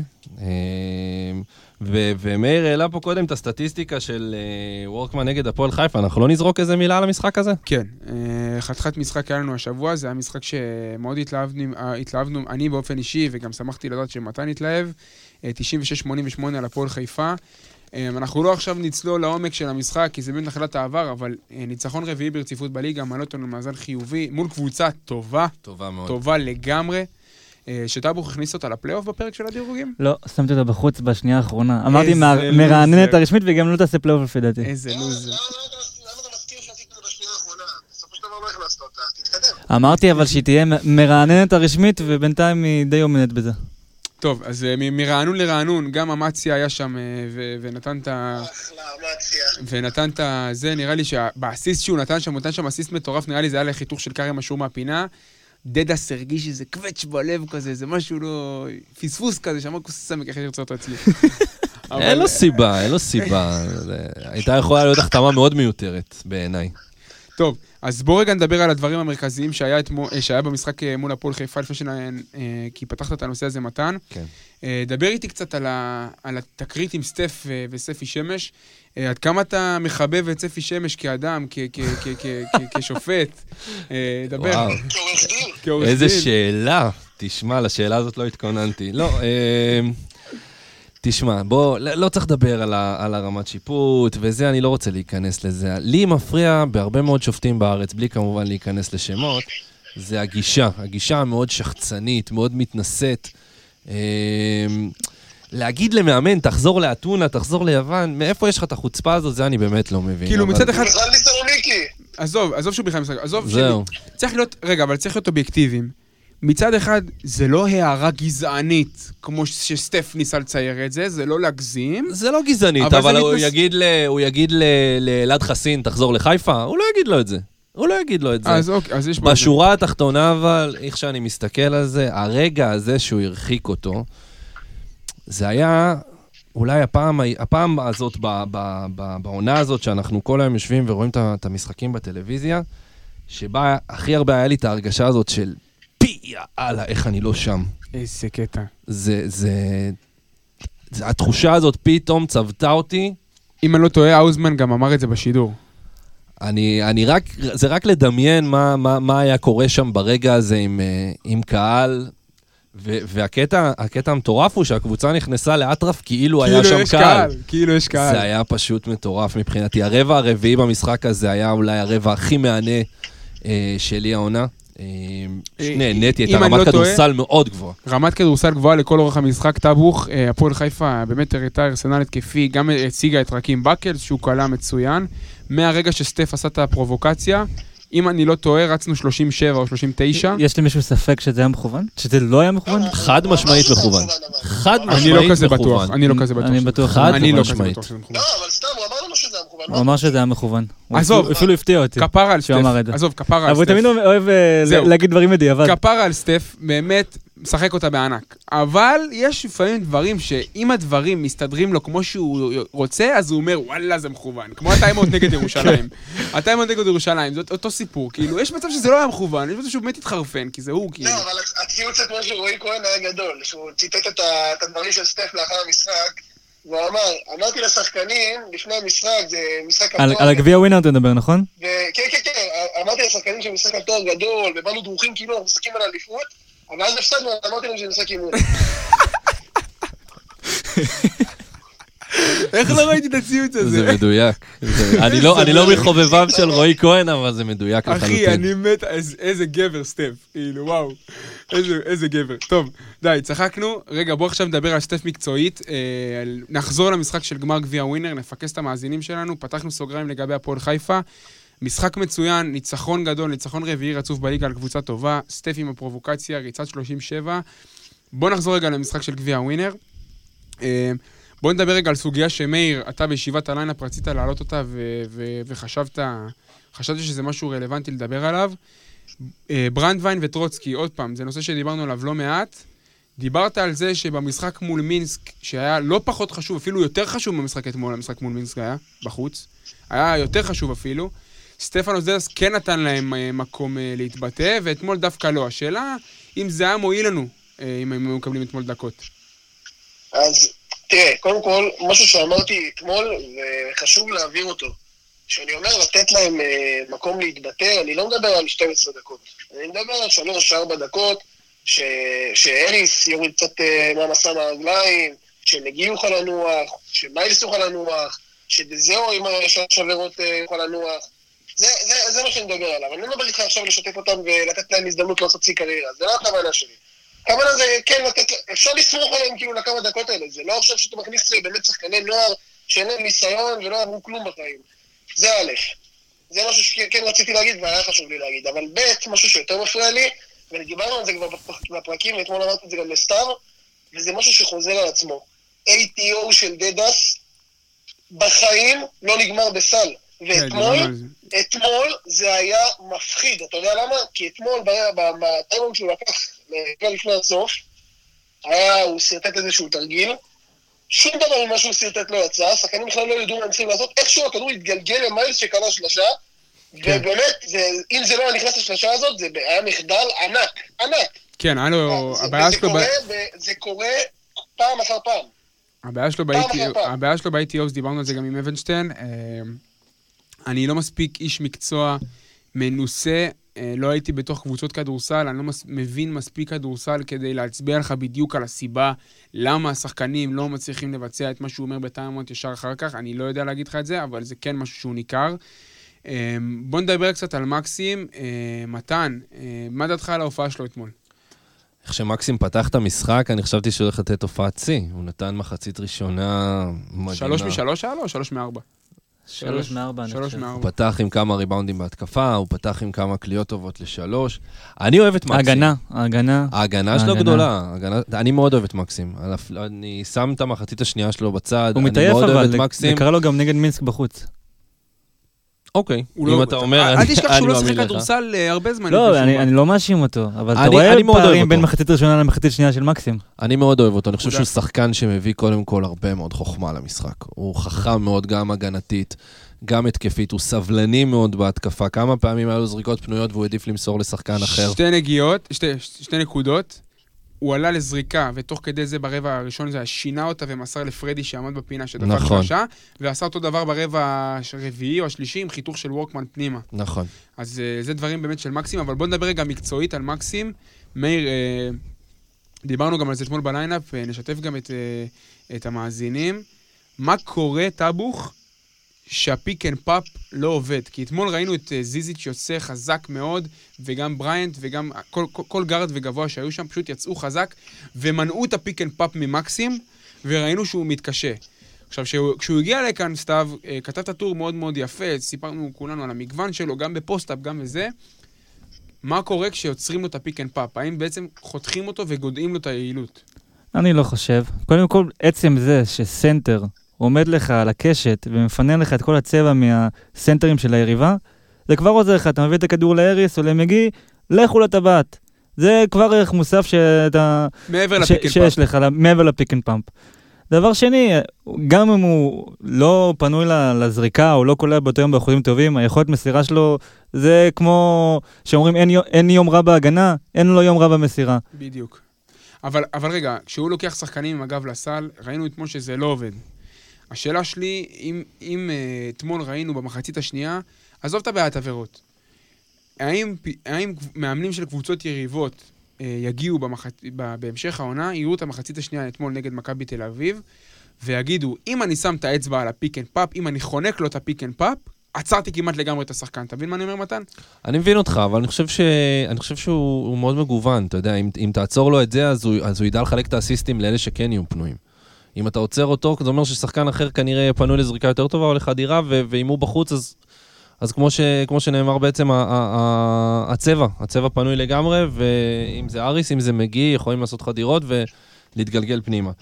ומאיר העלה פה קודם את הסטטיסטיקה של וורקמן נגד הפועל חיפה, אנחנו לא נזרוק איזה מילה על המשחק הזה? כן, חתיכת משחק היה לנו השבוע, זה היה משחק שמאוד התלהבנו, אני באופן אישי, וגם שמחתי לדעת שמתן התלהב, 96-88 על הפועל חיפה. אנחנו לא עכשיו נצלול לעומק של המשחק, כי זה בין נחלת העבר, אבל ניצחון רביעי ברציפות בליגה, מעלה אותנו מאזן חיובי, מול קבוצה טובה, טובה לגמרי. שטאבוך הכניס אותה לפלייאוף בפרק של הדירוגים? לא, שמתי אותה בחוץ בשנייה האחרונה. אמרתי מרעננת הרשמית וגם לא תעשה פלייאוף לפי דעתי. איזה לוזר. למה אתה מזכיר שעשית אותה בשנייה האחרונה? בסופו של דבר לא הכנסת אותה, תתקדם. אמרתי אבל שהיא תהיה מרעננת הרשמית ובינתיים היא די עומדת בזה. טוב, אז מרענון לרענון, גם אמציה היה שם ונתן את ה... ונתן את זה, נראה לי שבאסיסט שהוא נתן שם אסיסט מטורף, נראה לי זה היה לחיתוך של קארם אשור מהפינה. דדס הרגיש איזה קווץ' בלב כזה, זה משהו לא... פספוס כזה, שמרקוס סמק איך ירצה אותו אצלי. אין לו סיבה. הייתה יכולה להיות החתמה מאוד מיותרת בעיניי. טוב, אז בוא רגע נדבר על הדברים המרכזיים שהיה במשחק מול הפועל חיפה, לפני כי פתחת את הנושא הזה מתן. כן. דבר איתי קצת על התקרית עם סטף וספי שמש. עד כמה אתה מחבב את ספי שמש כאדם, כשופט? דבר. וואו. איזה שאלה. תשמע, לשאלה הזאת לא התכוננתי. לא, תשמע, בוא, לא צריך לדבר על הרמת שיפוט, וזה אני לא רוצה להיכנס לזה. לי מפריע בהרבה מאוד שופטים בארץ, בלי כמובן להיכנס לשמות, זה הגישה המאוד שחצנית, מאוד מתנשאת. להגיד למאמן, תחזור לאתונה, תחזור ליוון, מאיפה יש לך את החוצפה הזאת, זה אני באמת לא מבין. כאילו מצד אחד... בכלל מסלוניקי. עזוב שהוא בכלל משחק, עזוב שלי. צריך להיות, רגע, אבל צריך להיות אובייקטיביים. מצד אחד, זה לא הערה גזענית, כמו שסטף ניסה לצייר את זה, זה לא להגזים. זה לא גזענית, אבל הוא יגיד לאלעד חסין, תחזור לחיפה, הוא לא יגיד לו את זה. אז יש בשורה התחתונה, אבל, איך שאני מסתכל על זה, הרגע הזה שהוא הרחיק אותו, זה היה אולי הפעם הזאת, בעונה הזאת, שאנחנו כל היום יושבים ורואים את המשחקים בטלוויזיה, שבה הכי הרבה היה לי את ההרגשה הזאת של פי, יאללה, איך אני לא שם. איזה קטע. התחושה הזאת פתאום צבתה אותי. אם אני לא טועה, האוזמן גם אמר את זה בשידור. זה רק לדמיין מה היה קורה שם ברגע הזה עם קהל, והקטע המטורף הוא שהקבוצה נכנסה לאטרף כאילו היה שם קהל. כאילו יש קהל. זה היה פשוט מטורף מבחינתי. הרבע הרביעי במשחק הזה היה אולי הרבע הכי מענה שלי העונה. נהניתי, הייתה רמת כדורסל מאוד גבוהה. רמת כדורסל גבוהה לכל אורך המשחק, טבוך, הפועל חיפה באמת הראתה ארסנל התקפי, גם הציגה את רקים בקלס, שהוא קלה מצוין. מהרגע שסטף עשה את הפרובוקציה, אם אני לא טועה, רצנו 37 או 39. יש למישהו ספק שזה היה מכוון? שזה לא היה מכוון? חד משמעית מכוון. חד אני לא כזה בטוח. אני לא כזה בטוח. אני בטוח. אני לא כזה בטוח שזה מכוון. לא, אבל סתם, הוא אמר לנו שזה היה מכוון. הוא אמר שזה היה מכוון. עזוב. אפילו הפתיע אותי. כפרה על סטף. עזוב, כפרה על סטף. אבל הוא תמיד אוהב להגיד דברים בדיעבד. כפרה על סטף, באמת, משחק אותה בענק. אבל יש לפעמים דברים שאם הדברים מסתדרים לו כמו שהוא רוצה, אז הוא אומר, וואלה, זה מכוון. כמו הטיימאוט נגד ירושלים. הטיימאוט נגד ירושלים, זה אותו סיפור. כאילו, יש מצב שזה לא היה מכוון, יש מצב שהוא באמת התחרפן, כי זה הוא, כאילו. לא, אבל הציוץ כמו שרועי כהן היה גדול, שהוא ציטט את הדברים של סטף לאחר המשחק, והוא אמר, אמרתי לשחקנים, לפני המשחק, זה משחק על תואר... על הגביע ווינר אתה מדבר, נכון? כן, אמרתי לשחקנים שמשחק על תואר גדול, ובאנו דרוכים כאילו, אנחנו משחקים על אליפות, אבל אז הפסדנו, אמרתי להם שנשחק אימון. איך לא ראיתי את הציוץ הזה? זה מדויק. אני לא מחובביו של רועי כהן, אבל זה מדויק לחלוטין. אחי, אני מת, איזה גבר סטף, כאילו, וואו. איזה גבר. טוב, די, צחקנו. רגע, בואו עכשיו נדבר על סטף מקצועית. נחזור למשחק של גמר גביע ווינר, נפקס את המאזינים שלנו. פתחנו סוגריים לגבי הפועל חיפה. משחק מצוין, ניצחון גדול, ניצחון רביעי רצוף בליגה על קבוצה טובה. סטף עם הפרובוקציה, ריצת 37. בואו נחזור רגע למשחק של גביע ווינר. בואו נדבר רגע על סוגיה שמאיר, אתה בישיבת הליינאפ רצית להעלות אותה חשבתי שזה משהו רלוונטי לדבר עליו. ברנדווין וטרוצקי, עוד פעם, זה נושא שדיברנו עליו לא מעט. דיברת על זה שבמשחק מול מינסק, שהיה לא פחות חשוב, אפילו יותר חשוב במשחק אתמול, המשחק מול מינסק היה בחוץ, היה יותר חשוב אפילו, סטפנוס דלס כן נתן להם מקום להתבטא, ואתמול דווקא לא. השאלה, אם זה היה מועיל לנו, אם הם מקבלים אתמול דקות. אז תראה, קודם כל, משהו שאמרתי אתמול, וחשוב להעביר אותו, שאני אומר לתת להם מקום להתבטא, אני לא מדבר על 12 דקות, אני מדבר על 3-4 דקות, שאריס יוריד קצת מהמסע מהרגליים, שנגי יוכל לנוח, שמיילס יוכל לנוח, שדזהו עם השברות יוכל לנוח, זה מה שאני מדבר עליו. אני לא מדבר איתך עכשיו לשתף אותם ולתת להם הזדמנות לעשות צי קריירה, זה לא הכוונה שלי. הכוונה זה כן לתת, אפשר לסמוך עליהם כאילו לכמה דקות האלה, זה לא עכשיו שאתה מכניס באמת שחקני נוער שאין להם ניסיון ולא עברו כלום בחיים. זה א', זה משהו שכן רציתי להגיד והיה חשוב לי להגיד, אבל ב', משהו שיותר מפריע לי, ודיברנו על זה כבר בפרקים, ואתמול אמרתי את זה גם לסתיו, וזה משהו שחוזר על עצמו. ATO של דדס, בחיים לא נגמר בסל. ואתמול זה היה מפחיד, אתה יודע למה? כי אתמול בטיימון שהוא לקח לפני הסוף, הוא סרטט איזשהו תרגיל, שום דבר ממה שהוא סרטט לא יצא, שחקנים בכלל לא ידעו מה הם צריכים לעשות, איכשהו הכדור התגלגל למיילס שקנה שלושה, ובאמת, אם זה לא היה נכנס לשלושה הזאת, זה היה מחדל ענק. כן, היה לו... זה קורה פעם אחר פעם. הבעיה שלו ב-ATOs, דיברנו על זה גם עם אבנשטיין, אני לא מספיק איש מקצוע מנוסה, לא הייתי בתוך קבוצות כדורסל, אני לא מבין מספיק כדורסל כדי להצביע לך בדיוק על הסיבה למה השחקנים לא מצליחים לבצע את מה שהוא אומר בטיימאוט ישר אחר כך, אני לא יודע להגיד לך את זה, אבל זה כן משהו שהוא ניכר. בוא נדבר קצת על מקסים. מתן, מה דעתך על ההופעה שלו אתמול? איך שמקסים פתח את המשחק, אני חשבתי שהוא הולך לתת הופעת צי. הוא נתן מחצית ראשונה מדהימה. 3 מ-3 היה לו או 3 מ-4? 3 מ-4, אני חושב. הוא פתח עם כמה ריבאונדים בהתקפה, הוא פתח עם כמה קליות טובות ל3. אני אוהב את מקסים. ההגנה שלו גדולה. אני מאוד אוהב את מקסים. אני שם את המחצית השנייה שלו בצד. הוא מתעייף אבל, זה קרה לו גם נגד מינסק בחוץ. אוקיי, אם אתה אומר, אל תשכח שהוא לא שחק כדורסל הרבה זמן. לא, אני לא מאשים אותו, אבל אתה רואה פערים בין מחצית ראשונה למחצית שנייה של מקסים. אני מאוד אוהב אותו, אני חושב שהוא שחקן שמביא קודם כל הרבה מאוד חוכמה למשחק. הוא חכם מאוד גם הגנתית, גם התקפית, הוא סבלני מאוד בהתקפה. כמה פעמים היה לו זריקות פנויות והוא העדיף למסור לשחקן אחר. שתי נקודות. הוא עלה לזריקה, ותוך כדי זה ברבע הראשון זה שינה אותה ומסר לפרדי שעמד בפינה שדפק נכון. שלושה, ועשה אותו דבר ברבע הרביעי או השלישי עם חיתוך של וורקמן פנימה. נכון. אז זה דברים באמת של מקסים, אבל בוא נדבר רגע מקצועית על מקסים. מאיר, דיברנו גם על זה אתמול בליינאפ, נשתף גם את המאזינים. מה קורה, טבוך, שהפיק אנד פאפ לא עובד? כי אתמול ראינו את זיזיץ' יוצא חזק מאוד, וגם בריינט, וגם כל גארד וגבוה שהיו שם, פשוט יצאו חזק, ומנעו את הפיק אנד פאפ ממקסים, וראינו שהוא מתקשה. עכשיו, כשהוא הגיע לכאן, סתיו, כתב את הטור מאוד מאוד יפה, סיפרנו כולנו על המגוון שלו, גם בפוסט-אפ, גם בזה. מה קורה כשיוצרים לו את הפיק אנד פאפ? האם בעצם חותכים אותו וגודעים לו את היעילות? אני לא חושב. קודם כל, עצם זה שסנטר עומד לך על הקשת ומפנן לך את כל הצבע מהסנטרים של היריבה, זה כבר עוזר לך, אתה מביא את הכדור לאריס או למגי, לכו לטבעת. זה כבר ערך מוסף שיש לך, מעבר לפיק אנד פאמפ. דבר שני, גם אם הוא לא פנוי לזריקה או לא קולע באותו יום באחוזים טובים, היכולת מסירה שלו זה כמו שאומרים אין יום רע בהגנה, אין לו יום רע במסירה. בדיוק. אבל רגע, כשהוא לוקח שחקנים עם הגב לסל, ראינו אתמול שזה לא עובד. השאלה שלי, אם אתמול ראינו במחצית השנייה, עזוב את הבעיית עבירות. האם מאמנים של קבוצות יריבות יגיעו בהמשך העונה, יראו את המחצית השנייה אתמול נגד מכבי תל אביב, ויגידו, אם אני שם את האצבע על הפיק אנד פאפ, אם אני חונק לו את הפיק אנד פאפ, עצרתי כמעט לגמרי את השחקן. אתה מבין מה אני אומר, מתן? אני מבין אותך, אבל אני חושב שהוא מאוד מגוון. אתה יודע, אם תעצור לו את זה, אז הוא ידע לחלק את האסיסטים לאלה שכן יהיו פנויים. אם אתה עוצר אותו, זה אומר ששחקן אחר כנראה פנוי לזריקה יותר טובה או לחדירה, ואם הוא בחוץ, אז כמו שנאמר בעצם, הצבע פנוי לגמרי, ואם זה אריס, אם זה מגי, יכולים לעשות חדירות ולהתגלגל פנימה.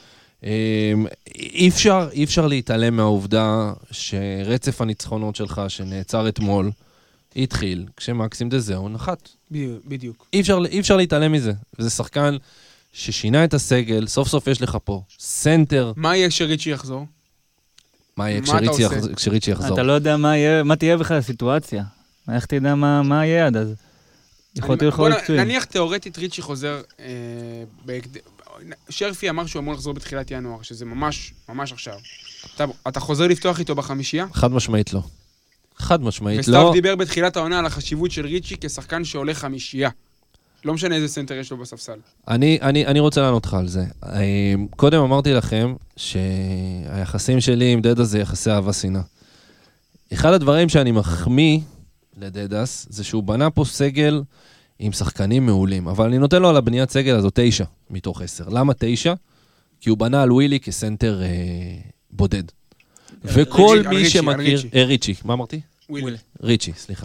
אי אפשר להתעלם מהעובדה שרצף הניצחונות שלך שנעצר אתמול, התחיל כשמקסים דזהו נחת. בדיוק. אי אפשר להתעלם מזה. וזה שחקן ששינה את הסגל, סוף סוף יש לך פה סנטר. מה יהיה כשריצ'י יחזור? מה יהיה כשריצ'י יחזור? אתה לא יודע מה תהיה בכלל הסיטואציה. איך תדע מה יהיה עד אז? נניח תיאורטית ריצ'י חוזר, שרפי אמר שהוא אמור לחזור בתחילת ינואר, שזה ממש עכשיו. אתה חוזר לפתוח איתו בחמישייה? חד משמעית לא. חד משמעית לא. וסתיו דיבר בתחילת העונה על החשיבות של ריצ'י כשחקן שעולה חמישייה. לא משנה איזה סנטר יש לו בספסל. אני רוצה לענות לך על זה. קודם אמרתי לכם שהיחסים שלי עם דדס זה יחסי אהבה שנאה. אחד הדברים שאני מחמיא לדדס זה שהוא בנה פה סגל עם שחקנים מעולים, אבל אני נותן לו על הבניית סגל הזו 9 מתוך 10. למה 9? כי הוא בנה על ווילי כסנטר בודד. וכל מי שמכיר... ריצ'י, מה אמרתי? ווילי. ריצ'י, סליחה.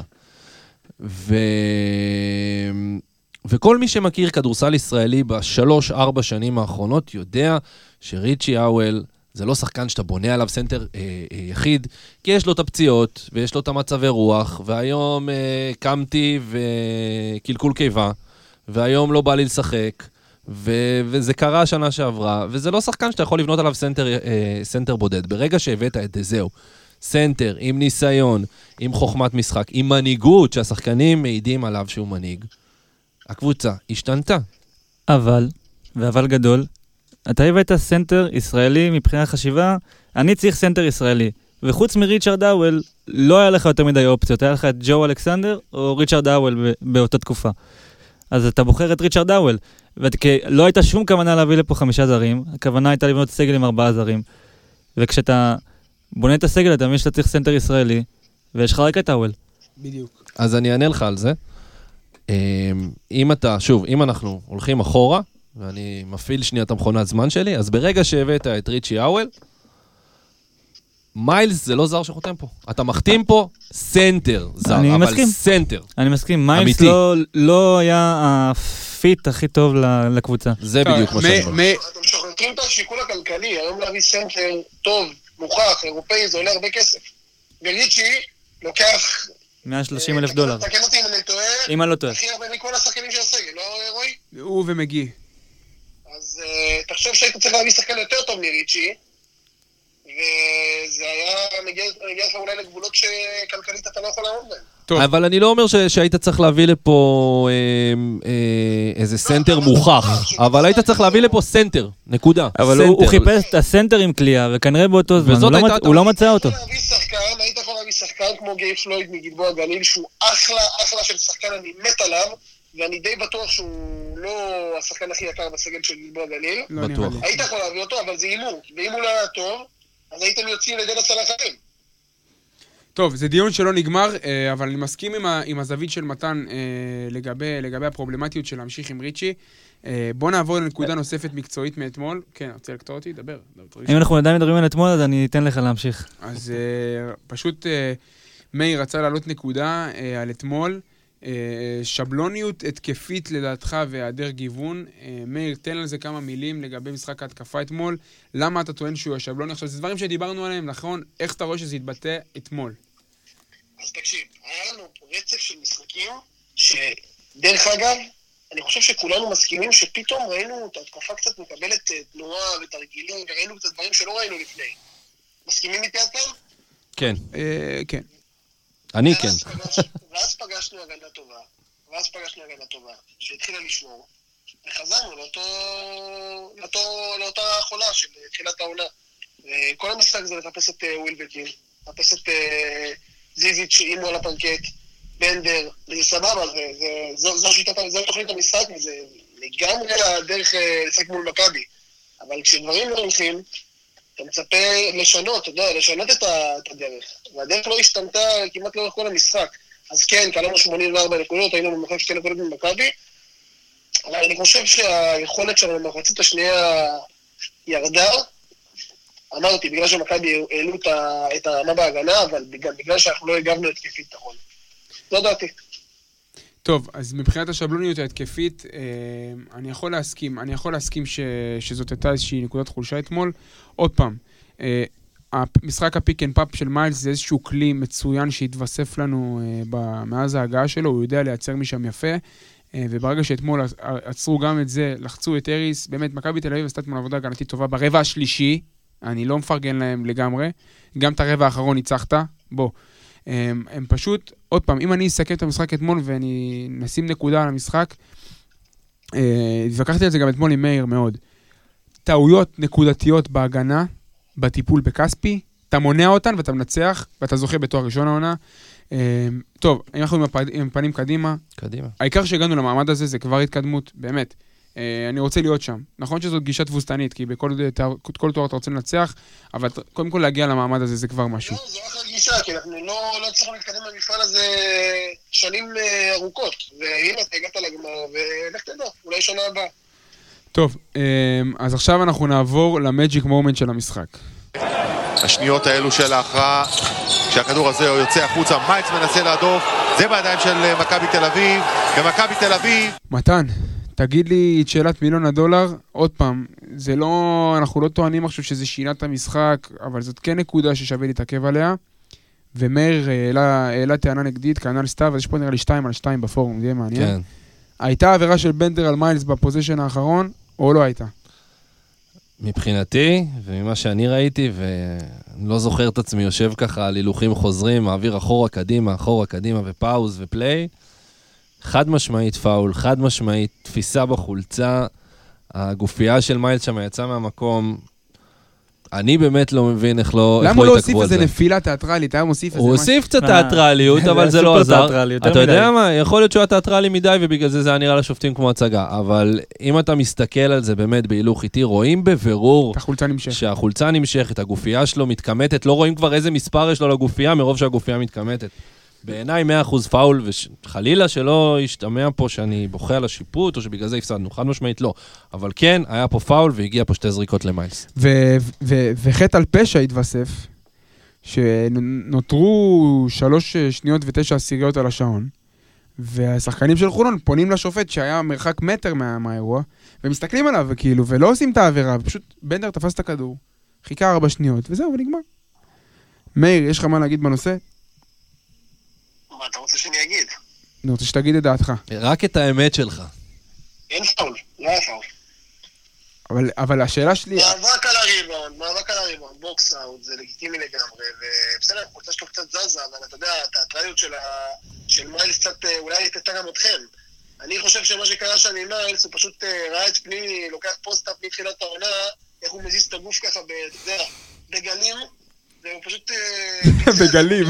וכל מי שמכיר כדורסל ישראלי ב3-4 שנים האחרונות יודע שריצ'י אוול זה לא שחקן שאתה בונה עליו סנטר יחיד, כי יש לו את הפציעות ויש לו את המצבי רוח, והיום קמתי וקלקול קיבה, והיום לא בא לי לשחק, וזה קרה שנה שעברה, וזה לא שחקן שאתה יכול לבנות עליו סנטר בודד. ברגע שהבאת את זהו, סנטר עם ניסיון, עם חוכמת משחק, עם מנהיגות שהשחקנים מעידים עליו שהוא מנהיג, הקבוצה השתנתה. אבל גדול, אתה הבאת סנטר ישראלי מבחינת חשיבה, אני צריך סנטר ישראלי. וחוץ מריצ'רד אוול, לא היה לך יותר מדי אופציות, היה לך את ג'ו אלכסנדר או ריצ'רד אוול באותה תקופה. אז אתה בוחר את ריצ'רד אוול, ולא הייתה שום כוונה להביא לפה 5 זרים, הכוונה הייתה לבנות סגל עם 4 זרים. וכשאתה בונה את הסגל, אתה מבין שאתה צריך סנטר ישראלי, ויש לך רק את אוול. בדיוק. אז אני אענה לך על זה. אם אנחנו הולכים אחורה, ואני מפעיל שנייה את המכונת זמן שלי, אז ברגע שהבאת את ריצ'י אוול, מיילס זה לא זר שחותם פה. אתה מחתים פה סנטר זר, אבל סנטר. אני מסכים, מיילס לא היה הפיט הכי טוב לקבוצה. זה בדיוק מה שאני אומר. אתם שוכחים את השיקול הכלכלי, היום להביא סנטר טוב, מוכח, אירופאי, זה עולה הרבה כסף. וריצ'י לוקח... $130,000. תקן אותי אם אני טועה. אם אני לא טועה. הכי הרבה מכל השחקנים של הסגל, לא רועי? הוא ומגי. אז תחשוב שהיית צריך להביא שחקן יותר טוב מריצ'י, וזה היה מגיע לך אולי לגבולות שכלכלית אתה לא יכול לעמוד בהם. טוב. אבל אני לא אומר שהיית צריך להביא לפה איזה סנטר מוכח, אבל היית צריך להביא לפה סנטר, נקודה. אבל הוא חיפש את הסנטר עם קליעה, וכנראה באותו זמן הוא לא מצא אותו. היית יכול להביא שחקן כמו גיא פלויד מגלבוע גליל, שהוא אחלה של שחקן, אני מת עליו, ואני די בטוח שהוא לא השחקן הכי יקר בסגל של גלבוע גליל. בטוח. היית יכול להביא אותו, אבל זה אימור. ואם הוא לא היה טוב, אז הייתם יוצאים לדין הצלחים. טוב, זה דיון שלא נגמר, אבל אני מסכים עם הזווית של מתן לגבי הפרובלמטיות של להמשיך עם ריצ'י. בוא נעבור לנקודה נוספת מקצועית מאתמול. כן, רוצה לקטור אותי? דבר. אם אנחנו עדיין מדברים על אתמול, אז אני אתן לך להמשיך. אז פשוט מאיר רצה להעלות נקודה על אתמול. שבלוניות התקפית לדעתך והיעדר גיוון. מאיר, תן על זה כמה מילים לגבי משחק ההתקפה אתמול. למה אתה טוען שהוא השבלוני? עכשיו, זה דברים שדיברנו עליהם, נכון? איך אתה רואה שזה יתבטא אתמול? אז תקשיב, היה לנו רצף של משחקים שדרך אגב, אני חושב שכולנו מסכימים שפתאום ראינו את ההתקפה קצת מקבלת תנועה ותרגילים, וראינו קצת דברים שלא ראינו לפני. מסכימים איתי עד כאן? כן. כן. אני כן. ואז פגשנו הגנה טובה, שהתחילה לשמור, וחזרנו לאותה חולה של תחילת העונה. כל המשחק זה לחפש את ווילבקין, לחפש את זיזיץ' שאימו על הפרקט, בנדר, וזה סבבה, זו תוכנית המשחק, וזה לגמרי הדרך לשחק מול מכבי. אבל כשדברים לא הולכים, אתה מצפה לשנות, אתה יודע, לשנות את הדרך. והדרך לא השתנתה כמעט לאורך כל המשחק. אז כן, קלענו 84 נקודות, היינו במחלק 2 נקודות במכבי, אבל אני חושב שהיכולת שלנו במחצית השנייה ירדה. אמרתי, בגלל שמכבי העלו את הרמה בהגנה, אבל בגלל שאנחנו לא הגבנו התקפית תחון. לא דעתי. טוב, אז מבחינת השבלוניות ההתקפית, אני יכול להסכים שזאת הייתה איזושהי נקודת חולשה אתמול. עוד פעם, משחק הפיק אנד פאפ של מיילס זה איזשהו כלי מצוין שהתווסף לנו מאז ההגעה שלו, הוא יודע לייצר משם יפה, וברגע שאתמול עצרו גם את זה, לחצו את אריס, באמת מכבי תל אביב עשתה אתמול עבודה הגנתית טובה ברבע השלישי, אני לא מפרגן להם לגמרי, גם את הרבע האחרון ניצחת, בוא. הם פשוט, עוד פעם, אם אני אסכם את המשחק אתמול ואני נשים נקודה על המשחק, התווכחתי על זה גם אתמול עם מאיר מאוד, טעויות נקודתיות בהגנה, בטיפול בכספי, אתה מונע אותן ואתה מנצח, ואתה זוכה בתואר ראשון העונה. טוב, אם אנחנו עם פנים קדימה, העיקר שהגענו למעמד הזה זה כבר התקדמות, באמת. אני רוצה להיות שם. נכון שזאת גישה תבוסתנית, כי בכל תואר אתה רוצה לנצח, אבל קודם כל להגיע למעמד הזה זה כבר משהו. לא, זו אחלה גישה, כי אנחנו לא צריכים להתקדם במפעל הזה שנים ארוכות, והנה, אתה הגעת לגמר, ולך תדע, אולי שנה הבאה. טוב, אז עכשיו אנחנו נעבור למג'יק מומנט של המשחק. השניות האלו של ההכרעה, כשהכדור הזה יוצא החוצה, מיילס מנסה להדוף, זה בידיים של מכבי תל אביב, ומכבי תל אביב... מתן, תגיד לי את שאלת $1,000,000, עוד פעם, זה לא, אנחנו לא טוענים עכשיו שזה שינת המשחק, אבל זאת כן נקודה ששווה להתעכב עליה, ומאיר העלה טענה נגדית, כנ"ל סתיו, אז יש פה נראה לי 2-2 בפורום, זה יהיה מעניין. כן. הייתה עבירה של בנדר על מיילס בפוזישן האחרון, או לא הייתה? מבחינתי, וממה שאני ראיתי, ואני לא זוכר את עצמי, יושב ככה על הילוכים חוזרים, מעביר אחורה קדימה, ופאוז ופליי, חד משמעית פאול, חד משמעית תפיסה בחולצה, הגופייה של מיילס שם יצא מהמקום, אני באמת לא מבין איך לא למה הוא לא הוסיף איזה נפילה תיאטרלית? היה מוסיף איזה משהו? הוא הוסיף קצת תיאטרליות, אבל זה לא עזר. אתה יודע מה? יכול להיות שהוא היה תיאטרלי מדי, ובגלל זה היה נראה לשופטים כמו הצגה. אבל אם אתה מסתכל על זה באמת בהילוך איתי, רואים בבירור שהחולצה נמשכת, הגופייה שלו מתקמטת, לא רואים כבר איזה מספר יש לו לגופייה, מרוב שהגופייה מתקמטת. בעיניי 100% פאול, וחלילה שלא ישתמע פה שאני בוכה על השיפוט, או שבגלל זה הפסדנו, חד משמעית לא. אבל כן, היה פה פאול, והגיע פה 2 זריקות למיילס. וחטא על פשע התווסף, שנותרו 3 שניות ו9 עשיריות על השעון, והשחקנים של חולון פונים לשופט, שהיה מרחק מטר מהאירוע, ומסתכלים עליו, וכאילו, ולא עושים את העבירה, ופשוט בנדר תפס את הכדור, חיכה 4 שניות, וזהו, ונגמר. מאיר, יש לך מה להגיד בנושא? מה אתה רוצה שאני אגיד? אני רוצה שתגיד את דעתך. רק את האמת שלך. אין פאול, לא היה פאול. אבל השאלה שלי... מאבק על הריבון, בוקס אאוט, זה לגיטימי לגמרי, ובסדר, החולצה שלו קצת זזה, אבל אתה יודע, התיאטרליות של מיילס קצת, אולי תתה גם אתכם. אני חושב שמה שקרה שם עם מיילס, הוא פשוט ראה את פנימי, לוקח פוסט-אפ מתחילת העונה, איך הוא מזיז את הגוף ככה בגלים, והוא פשוט... בגלים.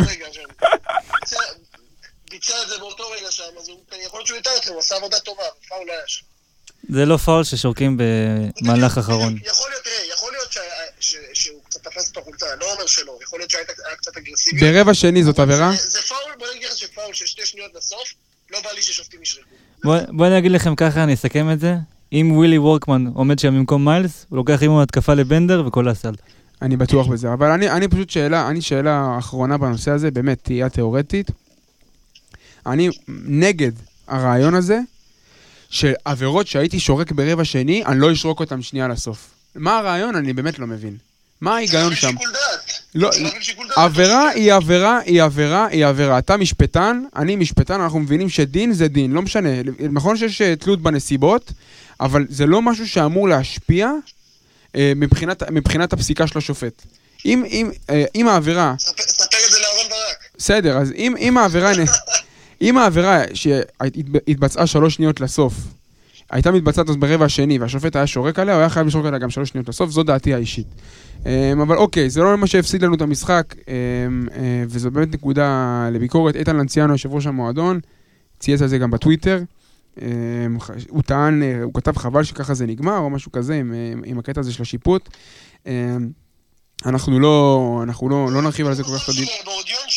ביצע את זה באותו רגע שם, אז יכול להיות שהוא יותר אתכם, הוא עשה עבודה טובה, פאול היה שם. זה לא פאול ששורקים במהלך האחרון. יכול להיות שהוא קצת תפס את החולצה, לא אומר שלא, יכול להיות שהיה קצת אגרסיבי. ברבע שני זאת עבירה? זה פאול, בוא נגיד לך שפאול של 2 שניות לסוף, לא בא לי ששופטים ישרקו. בוא אני אגיד לכם ככה, אני אסכם את זה. אם ווילי וורקמן עומד שם במקום מיילס, הוא לוקח אימון התקפה לבנדר וכל הסל. אני בטוח בזה, אבל אני פשוט שאלה אחרונה בנושא הזה, באמת תהיה תיאורטית. אני נגד הרעיון הזה, של עבירות שהייתי שורק ברבע שני, אני לא אשרוק אותם שנייה לסוף. מה הרעיון? אני באמת לא מבין. מה ההיגיון שם? לא, עבירה היא עבירה. אתה משפטן, אני משפטן, אנחנו מבינים שדין זה דין, לא משנה. נכון שיש תלות בנסיבות, אבל זה לא משהו שאמור להשפיע מבחינת הפסיקה של השופט. אם העבירה... ספר את זה לארון ברק. בסדר, אז אם העבירה שהתבצעה 3 שניות לסוף, הייתה מתבצעת אז ברבע השני, והשופט היה שורק עליה, הוא היה חייב לשרוק עליה גם 3 שניות לסוף, זו דעתי האישית. אבל אוקיי, זה לא מה שהפסיד לנו את המשחק, וזו באמת נקודה לביקורת. איתן לנציאנו, יושב ראש המועדון, צייץ על זה גם בטוויטר, הוא טען, הוא כתב חבל שככה זה נגמר, או משהו כזה, עם הקטע הזה של השיפוט. אנחנו לא נרחיב על זה כל כך תדיד. באודיון שם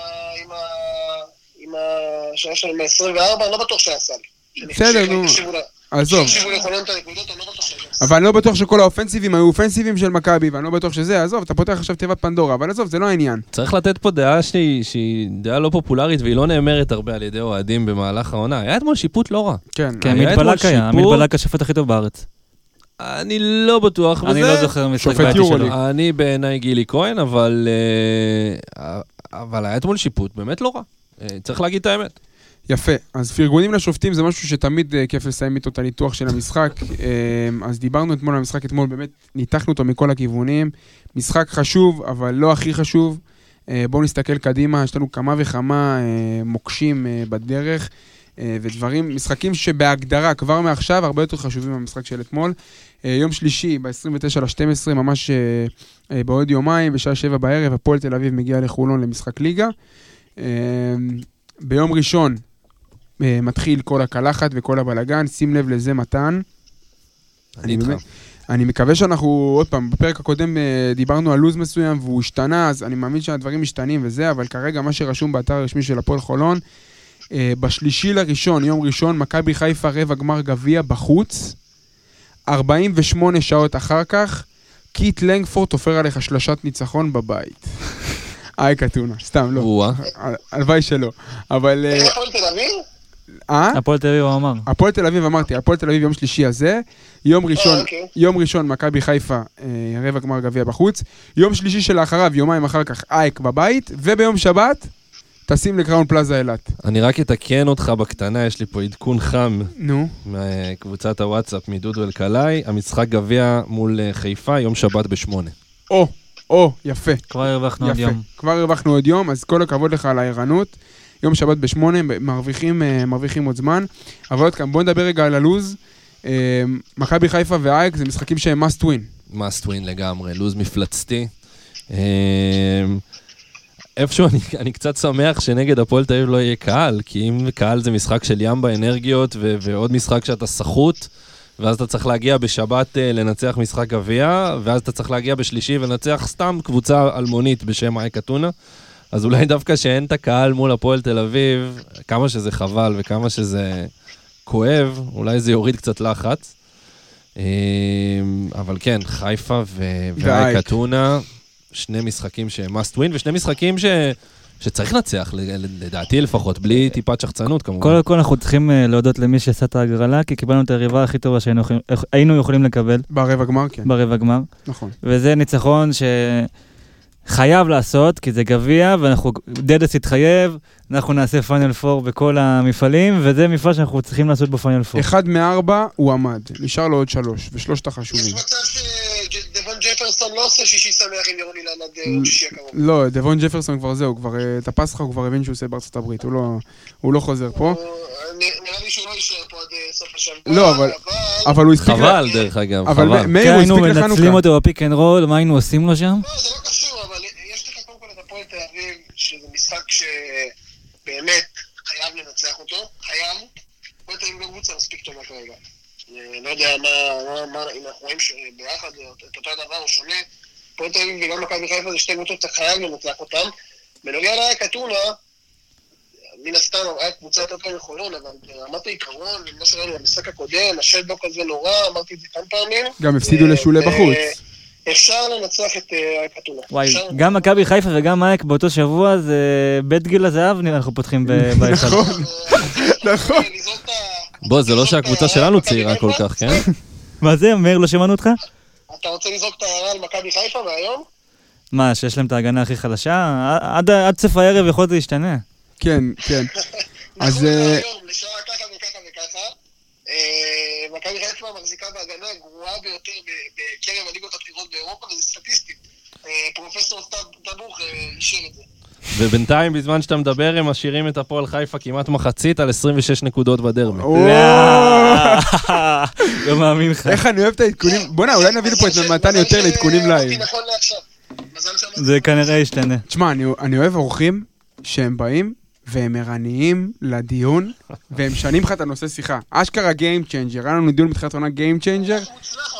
עם השעה של 24, אני לא בטוח שהיה סל. בסדר, נו, עזוב. אבל אבל אני לא בטוח שכל האופנסיבים היו אופנסיבים של מכבי, ואני לא בטוח שזה, עזוב, אתה פותח עכשיו תיבת פנדורה, אבל עזוב, זה לא העניין. צריך לתת פה דעה שהיא דעה לא פופולרית, והיא לא נאמרת הרבה על ידי אוהדים במהלך העונה. היה אתמול שיפוט לא רע. כן. כן, מתבלק השופט הכי טוב בארץ. אני לא בטוח בזה. אני לא זוכר משחק בעייתי שלו. אני בעיניי גילי כהן, אבל היה אתמול שיפוט באמת לא רע. צריך להגיד את האמת. יפה, אז פרגונים לשופטים זה משהו שתמיד כיף לסיים איתו את הניתוח של המשחק. אז דיברנו אתמול על המשחק, אתמול באמת ניתחנו אותו מכל הכיוונים. משחק חשוב, אבל לא הכי חשוב. בואו נסתכל קדימה, יש לנו כמה וכמה מוקשים בדרך, ודברים, משחקים שבהגדרה כבר מעכשיו הרבה יותר חשובים מהמשחק של אתמול. יום שלישי, ב-29/12, ממש בעוד יומיים, בשעה 7 בערב, הפועל תל אביב מגיע לחולון למשחק ליגה. ביום ראשון מתחיל כל הקלחת וכל הבלגן, שים לב לזה מתן. אני מקווה שאנחנו, עוד פעם, בפרק הקודם דיברנו על לוז מסוים והוא השתנה, אז אני מאמין שהדברים משתנים וזה, אבל כרגע מה שרשום באתר הרשמי של הפועל חולון, ב3.1, יום ראשון, מכבי חיפה רבע גמר גביע בחוץ, 48 שעות אחר כך, קיט לנגפורט תופר עליך שלשת ניצחון בבית. קטונה, סתם, לא. הלוואי שלא. אבל... הפועל תל אביב? הפועל תל אביב הוא אמר. הפועל תל אביב אמרתי, הפועל תל אביב יום שלישי הזה, יום ראשון מכבי חיפה רבע גמר גביע בחוץ, יום שלישי שלאחריו, יומיים אחר כך אייק בבית, וביום שבת טסים לקראון פלאזה אילת. אני רק אתקן אותך בקטנה, יש לי פה עדכון חם. נו. מקבוצת הוואטסאפ מדודו אלקלעי, המשחק גביע מול חיפה, יום שבת ב8. יפה. כבר הרווחנו עוד יום. כבר הרווחנו עוד יום, אז כל הכבוד לך על הערנות. יום שבת ב8, מרוויחים עוד זמן. אבל עוד כאן, בואו נדבר רגע על הלוז. מכבי חיפה ואייק זה משחקים שהם must win. must win לגמרי, לוז מפלצתי. איפשהו אני קצת שמח שנגד הפועל תל אביב לא יהיה קהל, כי אם קהל זה משחק של ים באנרגיות, ועוד משחק שאתה סחוט, ואז אתה צריך להגיע בשבת לנצח משחק גביע, ואז אתה צריך להגיע בשלישי ולנצח סתם קבוצה אלמונית בשם אייק אתונה. אז אולי דווקא שאין את הקהל מול הפועל תל אביב, כמה שזה חבל וכמה שזה כואב, אולי זה יוריד קצת לחץ. אבל כן, חיפה ואייק אתונה, שני משחקים שהם must win, ושני משחקים שצריך לנצח, לדעתי לפחות, בלי טיפת שחצנות כמובן. קודם כל אנחנו צריכים להודות למי שעשה את ההגרלה, כי קיבלנו את היריבה הכי טובה שהיינו יכולים לקבל. ברבע גמר, כן. ברבע גמר. נכון. וזה ניצחון שחייב לעשות, כי זה גביע, ואנחנו, דדס התחייב, אנחנו נעשה פיינל 4 בכל המפעלים, וזה מפעל שאנחנו צריכים לעשות בפיינל 4. 1 מ-4 הוא עמד, נשאר לו עוד 3, ושלושת החשובים. יש מצב שדבון ג'פרסון לא עושה שישי שמח עם ירוני לנד שישי הקרוב. לא, דבון ג'פרסון כבר זהו, כבר תפס לך, הוא כבר הבין שהוא עושה בארצות הברית, הוא לא חוזר פה. נראה לי שהוא לא יישאר פה עד סוף השבוע. לא, אבל הוא הספיק... חבל, דרך אגב, אבל חבל. מאיר, הוא היינו הספיק לחנוכה. מנצלים אותו בפיק אנד רול, מה היינו עושים לו שם? לא, זה לא קשור, אבל יש לך קודם כל את הפועל תל אביב, שזה משחק שבאמת חייב לנצח אותו, חייב. הפועל תל אביב לא קבוצה מספיק טובה כרגע. לא יודע מה, אם אנחנו רואים ביחד את אותו הדבר או שונה, הפועל תל אביב וגם מכבי חיפה זה שתי קבוצות, אתה חייב לנצח אותם. בנוגע לאייק אתונה, מן הסתם היה קבוצה יותר כאן מחולון, אבל ברמת העיקרון, מה שראינו במשחק הקודם, השלדוק הזה נורא, אמרתי את זה כמה פעמים. גם הפסידו לשולה בחוץ. אפשר לנצח את אייק אתונה. וואי, גם מכבי חיפה וגם אייק באותו שבוע, זה בית גיל הזהב, אנחנו פותחים בהיכל. נכון. בוא, זה לא שהקבוצה שלנו צעירה כל כך, כן? מה זה, מאיר, לא שמענו אותך? אתה רוצה לזרוק את ההערה על מכבי חיפה מהיום? מה, שיש להם את ההגנה הכי חלשה? עד סוף הערב יכול להיות להשתנה. כן, כן. אז... נכון, היום, לשעה ככה וככה וככה, מכבי חיפה מחזיקה בהגנה הגרועה ביותר בקרב הליגות הבכירות באירופה, וזה סטטיסטית. פרופסור סתיו טבוך אישר את זה. ובינתיים, בזמן שאתה מדבר, הם משאירים את הפועל חיפה כמעט מחצית על 26 נקודות בדרבי. לא מאמין לך. איך אני אוהב את העדכונים. בוא'נה, אולי נביא לפה את מתן יותר לעדכונים לייב. זה כנראה ישתנה. תשמע, אני אוהב אורחים שהם באים והם ערניים לדיון, והם שנים לך את הנושא שיחה. אשכרה Game Changer, היה לנו דיון בתחילת עונה Game Changer.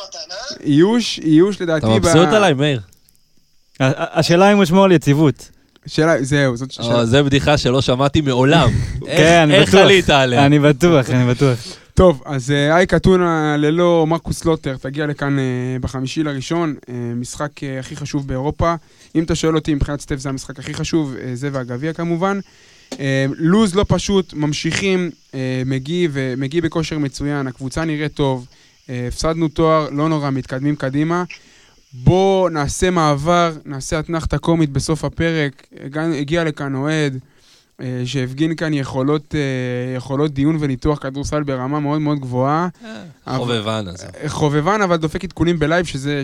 איוש לדעתי. אתה מבסוט עליי, מאיר? השאלה אם הוא שמור על יציבות. זהו, זאת שאלה. זה בדיחה שלא שמעתי מעולם. כן, איך עלית עליה? אני בטוח. טוב, אז אייק אתונה ללא מרקוס לוטר תגיע לכאן בחמישי לראשון, משחק הכי חשוב באירופה. אם אתה שואל אותי, מבחינת סטף זה המשחק הכי חשוב, זה והגביע כמובן. לוז לא פשוט, ממשיכים, מגיע בכושר מצוין, הקבוצה נראית טוב, הפסדנו תואר, לא נורא, מתקדמים קדימה. בוא נעשה מעבר, נעשה אתנחתה קומית בסוף הפרק, הגיע לכאן אוהד, שהפגין כאן יכולות דיון וניתוח כדורסל ברמה מאוד מאוד גבוהה. חובבן הזה. חובבן, אבל דופק עדכונים בלייב,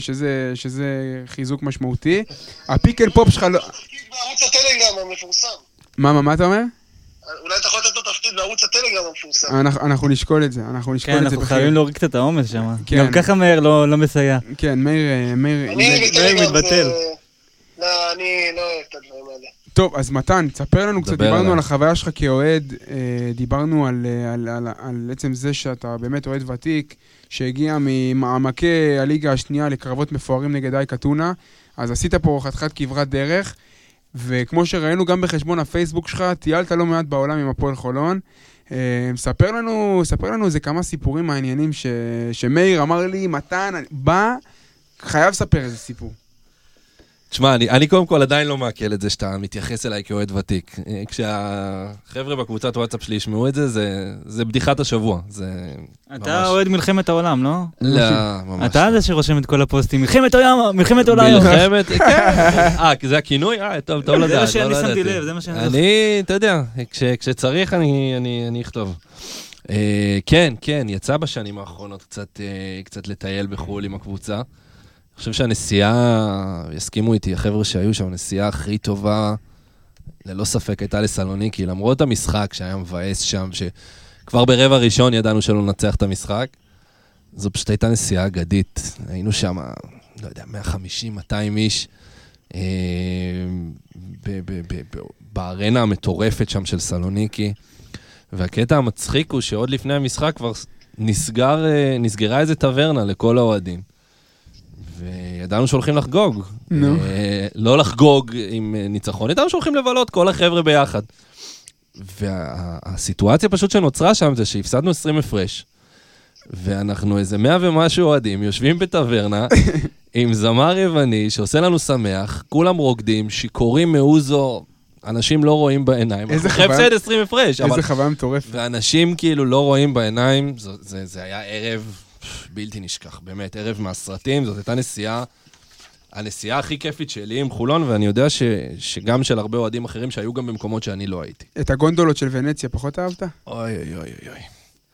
שזה חיזוק משמעותי. הפיק אנד פופ שלך לא... בערוץ הטלגרם המפורסם. מה אתה אומר? אולי אתה יכול לתת לו תפקיד בערוץ הטלגרם המפורסם. אנחנו נשקול את זה, כן, אנחנו חייבים להוריד קצת העומס שם. כן. גם ככה מאיר לא מסייע. כן, מאיר מתבטל. לא, אני לא אוהב את הדברים האלה. טוב, אז מתן, תספר לנו קצת, דיברנו על החוויה שלך כאוהד, דיברנו על עצם זה שאתה באמת אוהד ותיק, שהגיע ממעמקי הליגה השנייה לקרבות מפוארים נגד אייק אתונה, אז עשית פה חתיכת כברת דרך, וכמו שראינו גם בחשבון הפייסבוק שלך, טיילת לא מעט בעולם עם הפועל חולון. ספר לנו איזה כמה סיפורים מעניינים שמאיר אמר לי, מתן, חייב לספר איזה סיפור. תשמע, אני קודם כל עדיין לא מעכל את זה שאתה מתייחס אליי כאוהד ותיק. כשהחבר'ה בקבוצת וואטסאפ שלי ישמעו את זה, זה בדיחת השבוע. אתה אוהד מלחמת העולם, לא? לא, ממש. אתה זה שרושם את כל הפוסטים, מלחמת העולם. מלחמת, כן. זה הכינוי? טוב לדעת. זה מה שאני שמתי לב, זה מה שאני זוכר. אתה יודע, כשצריך אני אכתוב. כן, יצא בשנים האחרונות קצת לטייל בחול עם הקבוצה. אני חושב שהנסיעה, יסכימו איתי, החבר'ה שהיו שם, הנסיעה הכי טובה, ללא ספק הייתה לסלוניקי, למרות המשחק שהיה מבאס שם, שכבר ברבע ראשון ידענו שלא ננצח את המשחק, זו פשוט הייתה נסיעה אגדית. היינו שם, לא יודע, 150-200 איש, בארנה המטורפת שם של סלוניקי, והקטע המצחיק הוא שעוד לפני המשחק כבר נסגרה איזה טברנה לכל האוהדים. וידענו שהולכים לחגוג. לא לחגוג עם ניצחון, ידענו שהולכים לבלות כל החבר'ה ביחד. והסיטואציה פשוט שנוצרה שם זה שהפסדנו 20 הפרש, ואנחנו איזה 100 ומשהו אוהדים, יושבים בטברנה, עם זמר יווני שעושה לנו שמח, כולם רוקדים, שיכורים מאוזו, אנשים לא רואים בעיניים. איזה חוויה. הפסד 20 הפרש. איזה חוויה מטורפת. ואנשים כאילו לא רואים בעיניים, זה היה ערב בלתי נשכח, באמת, ערב מהסרטים, זאת הייתה הנסיעה הכי כיפית שלי עם חולון, ואני יודע שגם של הרבה אוהדים אחרים שהיו גם במקומות שאני לא הייתי. את הגונדולות של ונציה פחות אהבת? אוי.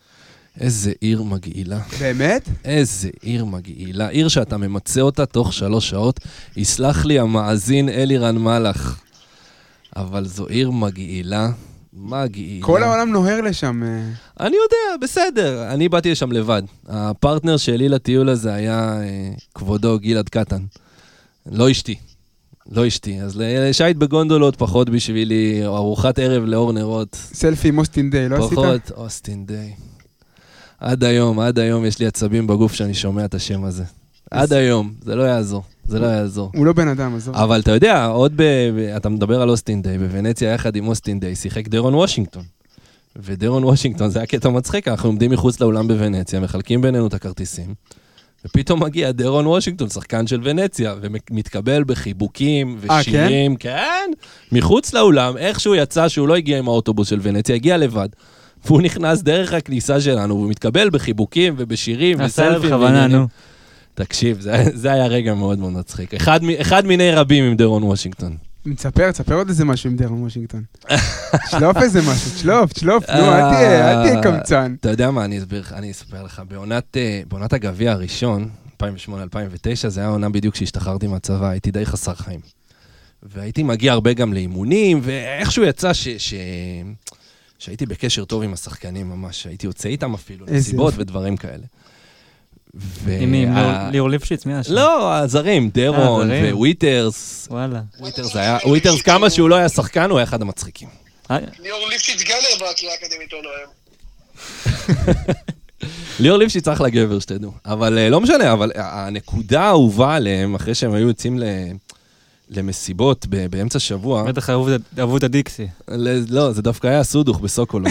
איזה עיר מגעילה. באמת? איזה עיר מגעילה. עיר שאתה ממצא אותה תוך 3 שעות. יסלח לי המאזין אלירן מלך. אבל זו עיר מגעילה. מגעילה. כל העולם נוהר לשם. אני יודע, בסדר. אני באתי לשם לבד. הפרטנר שלי לטיול הזה היה כבודו גלעד קטן. לא אשתי. לא אשתי. אז לשייט בגונדולות פחות בשבילי, ארוחת ערב לאור נרות. סלפי עם אוסטין דיי, לא עשית? פחות אוסטין דיי. עד היום יש לי עצבים בגוף שאני שומע את השם הזה. עד היום, זה לא יעזור. זה לא יעזור. הוא לא בן אדם, עזור. אבל אתה יודע, אתה מדבר על אוסטין דיי, בוונציה יחד עם אוסטין דיי, שיחק דרון וושינגטון. ודרון וושינגטון זה היה קטע מצחיק, אנחנו עומדים מחוץ לאולם בוונציה, מחלקים בינינו את הכרטיסים, ופתאום מגיע דרון וושינגטון, שחקן של ונציה, ומתקבל בחיבוקים ושירים, כן? מחוץ לאולם, איכשהו יצא שהוא לא הגיע עם האוטובוס של ונציה, הגיע לבד. והוא נכנס דרך הכניסה שלנו, והוא מתקבל בחיבוקים ובשירים וסלפים. תקשיב, זה היה רגע מאוד מאוד מצחיק. אחד מיני רבים עם דרון וושינגטון. תספר עוד איזה משהו עם דרון וושינגטון. שלוף איזה משהו, שלוף, נו, אל תהיה קמצן. אתה יודע מה, אני אספר לך, בעונת הגביע הראשון, 2008-2009, זה היה עונה בדיוק שהשתחררתי מהצבא, הייתי די חסר חיים. והייתי מגיע הרבה גם לאימונים, ואיכשהו יצא שהייתי בקשר טוב עם השחקנים ממש, הייתי יוצא איתם אפילו, לסיבות ודברים כאלה. עם ליאור ליפשיץ, מי היה שם? לא, הזרים, דרון וויטרס. וואלה. וויטרס, כמה שהוא לא היה שחקן, הוא היה אחד המצחיקים. ליאור ליפשיץ גלר בקריאה האקדמית עונו היום. ליאור ליפשיץ צריך לגבר, שתדעו. אבל לא משנה, אבל הנקודה האהובה עליהם, אחרי שהם היו יוצאים למסיבות באמצע שבוע... בטח אהבו את הדיקסי. לא, זה דווקא היה סודוך בסוקולו.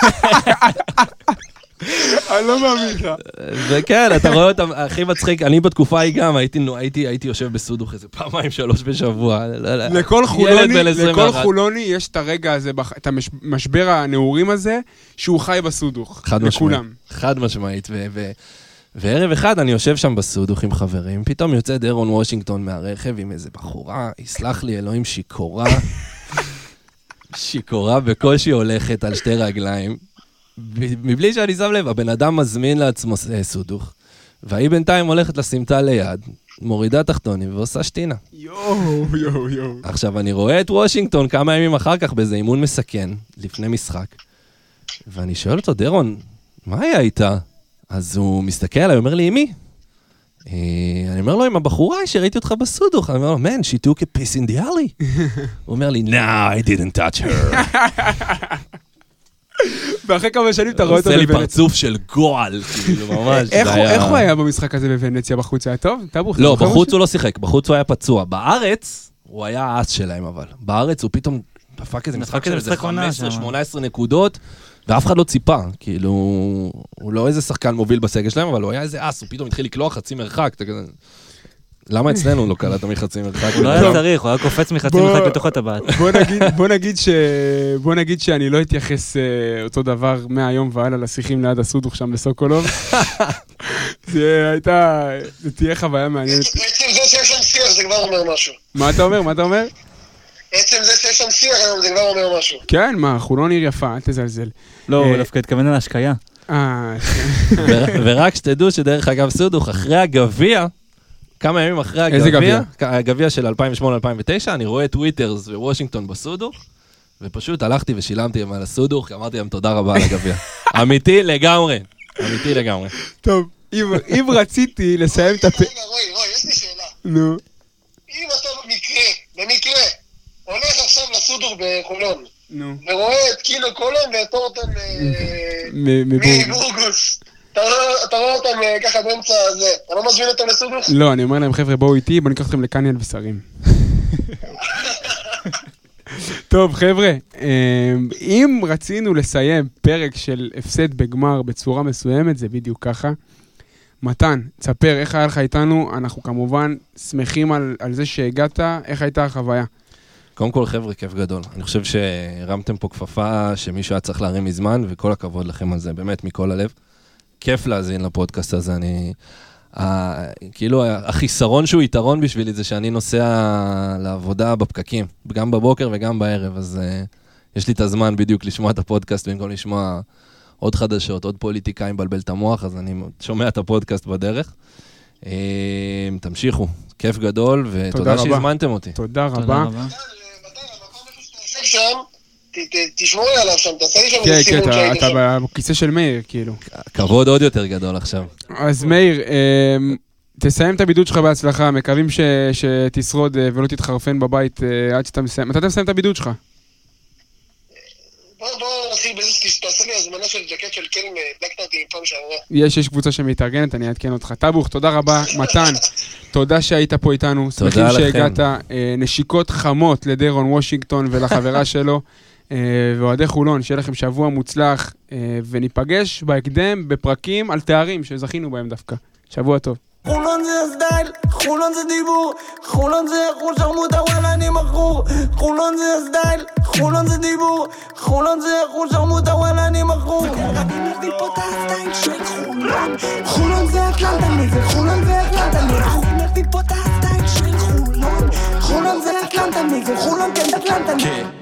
אני לא מאמין לך. וכן, אתה רואה אותם, הכי מצחיק, אני בתקופה ההיא גם, הייתי יושב בסודוך איזה 2-3 בשבוע. לכל חולוני יש את הרגע הזה, את המשבר הנעורים הזה, שהוא חי בסודוך. חד משמעית. וערב אחד אני יושב שם בסודוך עם חברים, פתאום יוצא דרון וושינגטון מהרכב עם איזה בחורה, יסלח לי אלוהים, שיכורה בקושי הולכת על 2 רגליים. מבלי שאני שם לב, הבן אדם מזמין לעצמו סודוך, והיא בינתיים הולכת לסמטה ליד, מורידה תחתונים ועושה שתינה. יואו. עכשיו, אני רואה את וושינגטון כמה ימים אחר כך באיזה אימון מסכן, לפני משחק, ואני שואל אותו, דרון, מה היה איתה? אז הוא מסתכל עליי, אומר לי, עם מי? אני אומר לו, עם הבחורה שראיתי אותך בסודוך. אני אומר לו, man, she took a piss in the alley. הוא אומר לי, no, I didn't touch her. ואחרי כמה שנים אתה רואה אותו בוונציה. עושה לי פרצוף של גועל, כאילו, ממש. איך הוא היה במשחק הזה בוונציה? בחוץ היה טוב? לא, בחוץ הוא לא שיחק, בחוץ הוא היה פצוע. בארץ, הוא היה האס שלהם, אבל. בארץ הוא פתאום דפק איזה משחק של איזה 15-18 נקודות, ואף אחד לא ציפה. כאילו, הוא לא איזה שחקן מוביל בסגל שלהם, אבל הוא היה איזה אס, הוא פתאום התחיל לקלוע חצי מרחק. למה אצלנו לא קלט מחצי מרחק? הוא לא היה צריך, הוא היה קופץ מחצי מרחק בתוך הטבעת. בוא נגיד שאני לא אתייחס אותו דבר מהיום והלאה לשיחים ליד הסודוך שם בסוקולוב. זה תהיה חוויה מעניינת. עצם זה שיש שם שיח זה כבר אומר משהו. מה אתה אומר? עצם זה שיש שם שיח זה כבר אומר משהו. כן, מה, חולון עיר יפה, אל תזלזל. לא, הוא דווקא התכוון על ההשקיה. ורק שתדעו שדרך אגב סודוך, אחרי הגביע, כמה ימים אחרי הגביע של 2008-2009, אני רואה את וויטרס ווושינגטון בסודוך, ופשוט הלכתי ושילמתי על הסודוך, כי אמרתי להם תודה רבה על הגביע. אמיתי לגמרי. טוב, אם רציתי לסיים את רגע, רוי, יש לי שאלה. נו. אם אתה במקרה, הולך עכשיו לסודוך בחולון, נו. ורואה את קילו קולון ואת אורטון מבורגוס. אתה רואה אותם ככה באמצע הזה, אתה לא מזמין אותם לסודוך? לא, אני אומר להם, חבר'ה, בואו איתי, בואו ניקח אתכם לקניאל ושרים. טוב, חבר'ה, אם רצינו לסיים פרק של הפסד בגמר בצורה מסוימת, זה בדיוק ככה. מתן, תספר, איך היה לך איתנו? אנחנו כמובן שמחים על זה שהגעת, איך הייתה החוויה? קודם כל, חבר'ה, כיף גדול. אני חושב שהרמתם פה כפפה שמישהו היה צריך להרים מזמן, וכל הכבוד לכם על זה, באמת, מכל הלב. כיף להזין לפודקאסט הזה, כאילו, החיסרון שהוא יתרון בשבילי זה שאני נוסע לעבודה בפקקים, גם בבוקר וגם בערב, אז יש לי את הזמן בדיוק לשמוע את הפודקאסט, במקום לשמוע עוד חדשות, עוד פוליטיקאים בלבל את המוח, אז אני שומע את הפודקאסט בדרך. תמשיכו, כיף גדול, ותודה שהזמנתם אותי. תודה רבה. תשמור לי עליו שם, תעשה לי שם איזה סימון שהייתי שם. אתה בכיסא של מאיר, כאילו. כבוד עוד יותר גדול עכשיו. אז מאיר, תסיים את הבידוד שלך בהצלחה, מקווים שתשרוד ולא תתחרפן בבית עד שאתה מסיים. מתי אתה מסיים את הבידוד שלך? בוא נתחיל בזה שתעשה לי הזמנה של ג'קט של קלם, דקת אותי פעם שעברה. יש קבוצה שמתארגנת, אני אעדכן אותך. טבוך, תודה רבה. מתן, תודה שהיית פה איתנו. שמחים שהגעת. נשיקות חמות לדרון וושינגטון ולחברה שלו. ואוהדי חולון, שיהיה לכם שבוע מוצלח, וניפגש בהקדם בפרקים על תארים שזכינו בהם דווקא. שבוע טוב. חולון זה הסטייל, חולון זה דיבור, חולון זה חול שרמוטה וואלה אני מכור. חולון זה הסטייל, חולון זה דיבור, חולון זה חול שרמוטה וואלה אני מכור. רבי מביא פה את הסטייל של חולון, חולון זה אטלנטה מזה, חולון זה אטלנטה מזה. רבי מביא פה את הסטייל של חולון, חולון זה אטלנטה מזה, חולון כן אטלנטה מזה.